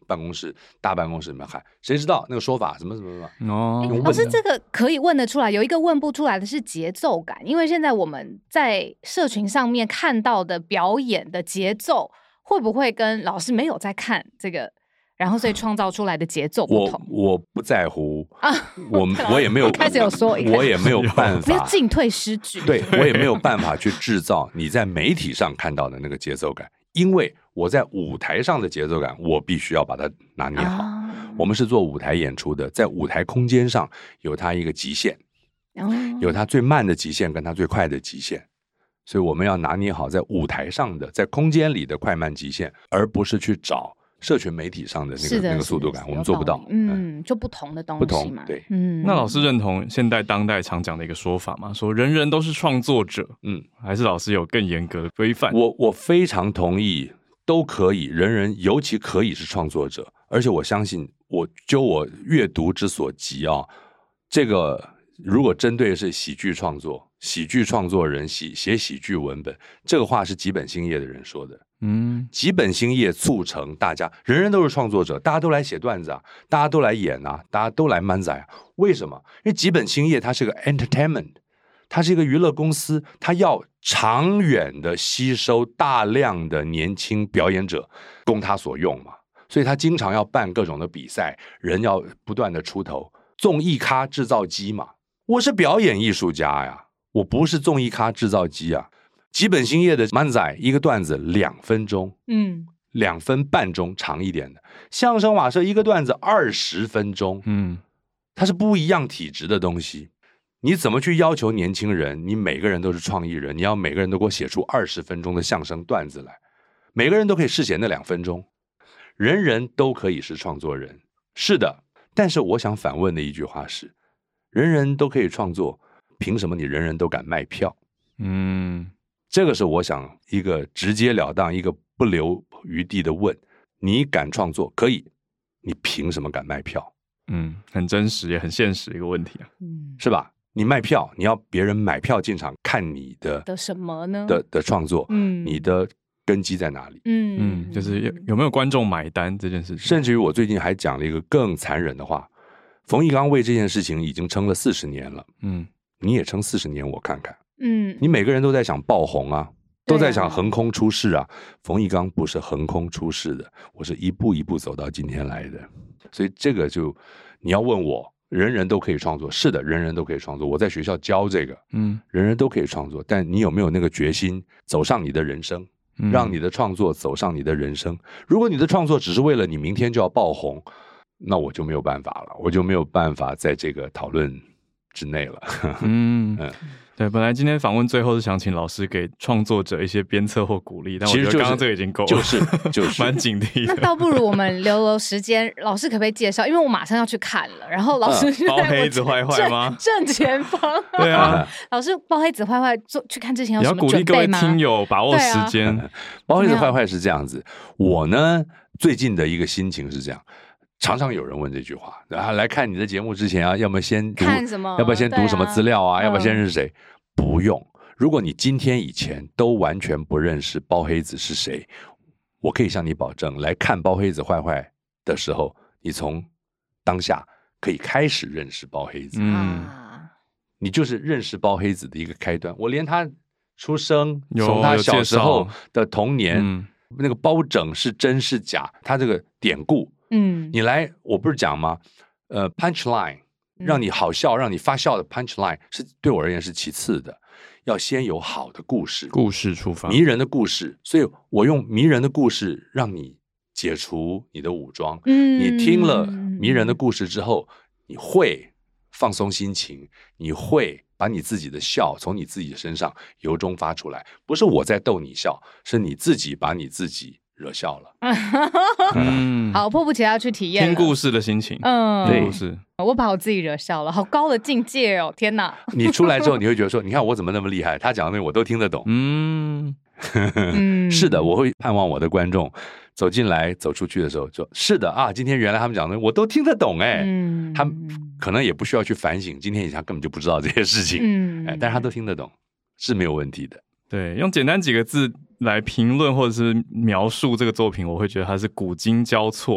办公室大办公室里面喊，谁知道那个说法什么什么什么？ 哦， 老师，这个可以问得出来，有一个问不出来的是节奏感，因为现在我们在社群上面看到的表演的节奏，会不会跟老师没有在看这个？然后所以创造出来的节奏不同， 我我不在乎啊，我我也没有开始有说， 我也没有办法， 没有进退失据， 对我也没有办法去制造你在媒体上看到的那个节奏感，因为我在舞台上的节奏感，我必须要把它拿捏好。啊、我们是做舞台演出的，在舞台空间上有它一个极限，哦、有它最慢的极限跟它最快的极限，所以我们要拿捏好在舞台上的，在空间里的快慢极限，而不是去找社群媒体上的那个那个速度感，我们做不到。 嗯，就不同的东西嘛。 不同，对， 嗯。 那老师认同现代当代常讲的一个说法吗？说人人都是创作者，嗯，还是老师有更严格的规范？ 我我非常同意，都可以，人人尤其可以是创作者，而且我相信，我就我阅读之所及啊，这个如果针对的是喜剧创作，喜剧创作人写写喜剧文本，这个话是吉本兴业的人说的。嗯，吉本兴业促成大家，人人都是创作者，大家都来写段子啊，大家都来演啊，大家都来漫才啊。为什么？因为吉本兴业它是个 entertainment， 它是一个娱乐公司，它要长远的吸收大量的年轻表演者供它所用嘛，所以它经常要办各种的比赛，人要不断的出头，综艺咖制造机嘛。我是表演艺术家呀，我不是综艺咖制造机啊。吉本兴业的漫才一个段子两分钟，嗯，两分半钟长一点的。相声瓦舍一个段子二十分钟，嗯，它是不一样体质的东西。你怎么去要求年轻人？你每个人都是创意人，你要每个人都给我写出二十分钟的相声段子来，每个人都可以试写那两分钟，人人都可以是创作人，是的。但是我想反问的一句话是：人人都可以创作，凭什么你人人都敢卖票？嗯。这个是我想一个直截了当、一个不留余地的问：你敢创作可以，你凭什么敢卖票？ 嗯，很真实也很现实一个问题啊， 嗯，是吧？你卖票，你要别人买票进场看你的的什么呢？ 的的创作，嗯，你的根基在哪里？ 嗯嗯，就是有有没有观众买单这件事情。 甚至于我最近还讲了一个更残忍的话：冯翊纲为这件事情已经撑了四十年了，嗯，你也撑四十年，我看看。嗯，你每个人都在想爆红啊，都在想横空出世啊。冯翊纲不是横空出世的，我是一步一步走到今天来的。所以这个就你要问我，人人都可以创作，是的，人人都可以创作。我在学校教这个，嗯，人人都可以创作，但你有没有那个决心走上你的人生，嗯、让你的创作走上你的人生？如果你的创作只是为了你明天就要爆红，那我就没有办法了，我就没有办法在这个讨论之内了。 嗯嗯。对，本来今天访问最后是想请老师给创作者一些鞭策或鼓励，但我觉得刚刚这个已经够了， 就是就是蛮警惕的。 那倒不如我们留留时间，老师可不可以介绍？因为我马上要去看了，然后老师就在、嗯、包黑子坏坏吗？ 正前方。 对啊， 老师包黑子坏坏做去看之前有什么准备吗？ 你要鼓励各位听友把握时间。 啊、包黑子坏坏是这样子，我呢最近的一个心情是这样。常常有人问这句话，啊，来看你的节目之前啊，要么先读看什么？ 要不要先读什么资料啊？ 啊要不要先认识谁？嗯、不用。如果你今天以前都完全不认识包黑子是谁，我可以向你保证，来看包黑子坏坏的时候，你从当下可以开始认识包黑子。嗯，你就是认识包黑子的一个开端。我连他出生，从他小时候的童年，嗯、那个包拯是真是假，他这个典故。嗯，你来，我不是讲吗？呃 ，punch line， 让你好笑、让你发笑的 punch line 是对我而言是其次的，要先有好的故事， 故事出发， 迷人的故事。所以我用迷人的故事让你解除你的武装。嗯，你听了迷人的故事之后，你会放松心情，你会把你自己的笑从你自己身上由衷发出来。不是我在逗你笑，是你自己把你自己惹笑了。 嗯，好，迫不及待要去体验听故事的心情。嗯，听故事， 我把我自己惹笑了，好高的境界哦！天哪， 你出来之后你会觉得说，你看我怎么那么厉害，他讲的东西我都听得懂。嗯，是的，我会盼望我的观众走进来走出去的时候说，是的啊，今天原来他们讲的我都听得懂哎。嗯，他可能也不需要去反省，今天他根本就不知道这些事情。嗯，哎，但是他都听得懂，是没有问题的。 对，用简单几个字来评论或者是描述这个作品，我会觉得它是古今交错，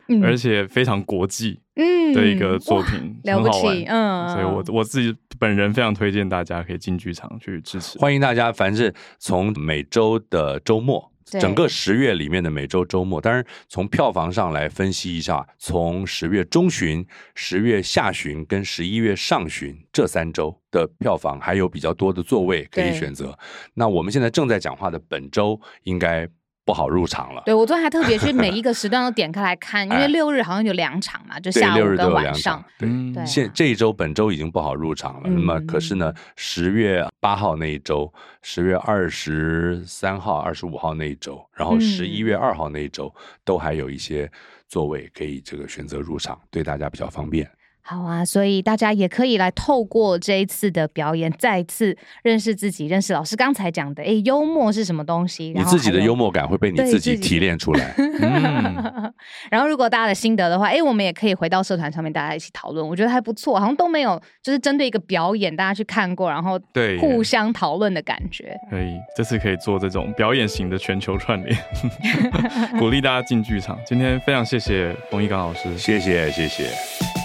嗯而且非常国际的一个作品， 了不起， 很好玩。 嗯， 所以我我自己本人非常推荐大家可以进剧场去支持。 欢迎大家，凡是从每周的周末。 对整个十月里面的每周周末，当然从票房上来分析一下，从十月中旬、十月下旬跟十一月上旬这三周的票房还有比较多的座位可以选择。那我们现在正在讲话的本周应该不好入场了。 对，我昨天还特别去每一个时段都点开来看，因为六日好像有两场嘛，就下午跟晚上。 对， 嗯对啊现这一周本周已经不好入场了。 嗯那么可是呢，十月八号那一周、十月二十三号、二十五号那一周，然后十一月二号那一周，都还有一些座位可以这个选择入场，对大家比较方便。 好啊，所以大家也可以来透过这一次的表演，再次认识自己，认识老师刚才讲的，哎，幽默是什么东西？ 你自己的幽默感会被你自己提炼出来。 嗯、然后，如果大家的心得的话，哎，我们也可以回到社团上面，大家一起讨论。我觉得还不错，好像都没有就是针对一个表演，大家去看过，然后对互相讨论的感觉。 可以，这次可以做这种表演型的全球串联，鼓励大家进剧场。今天非常谢谢冯一刚老师， 谢谢谢谢。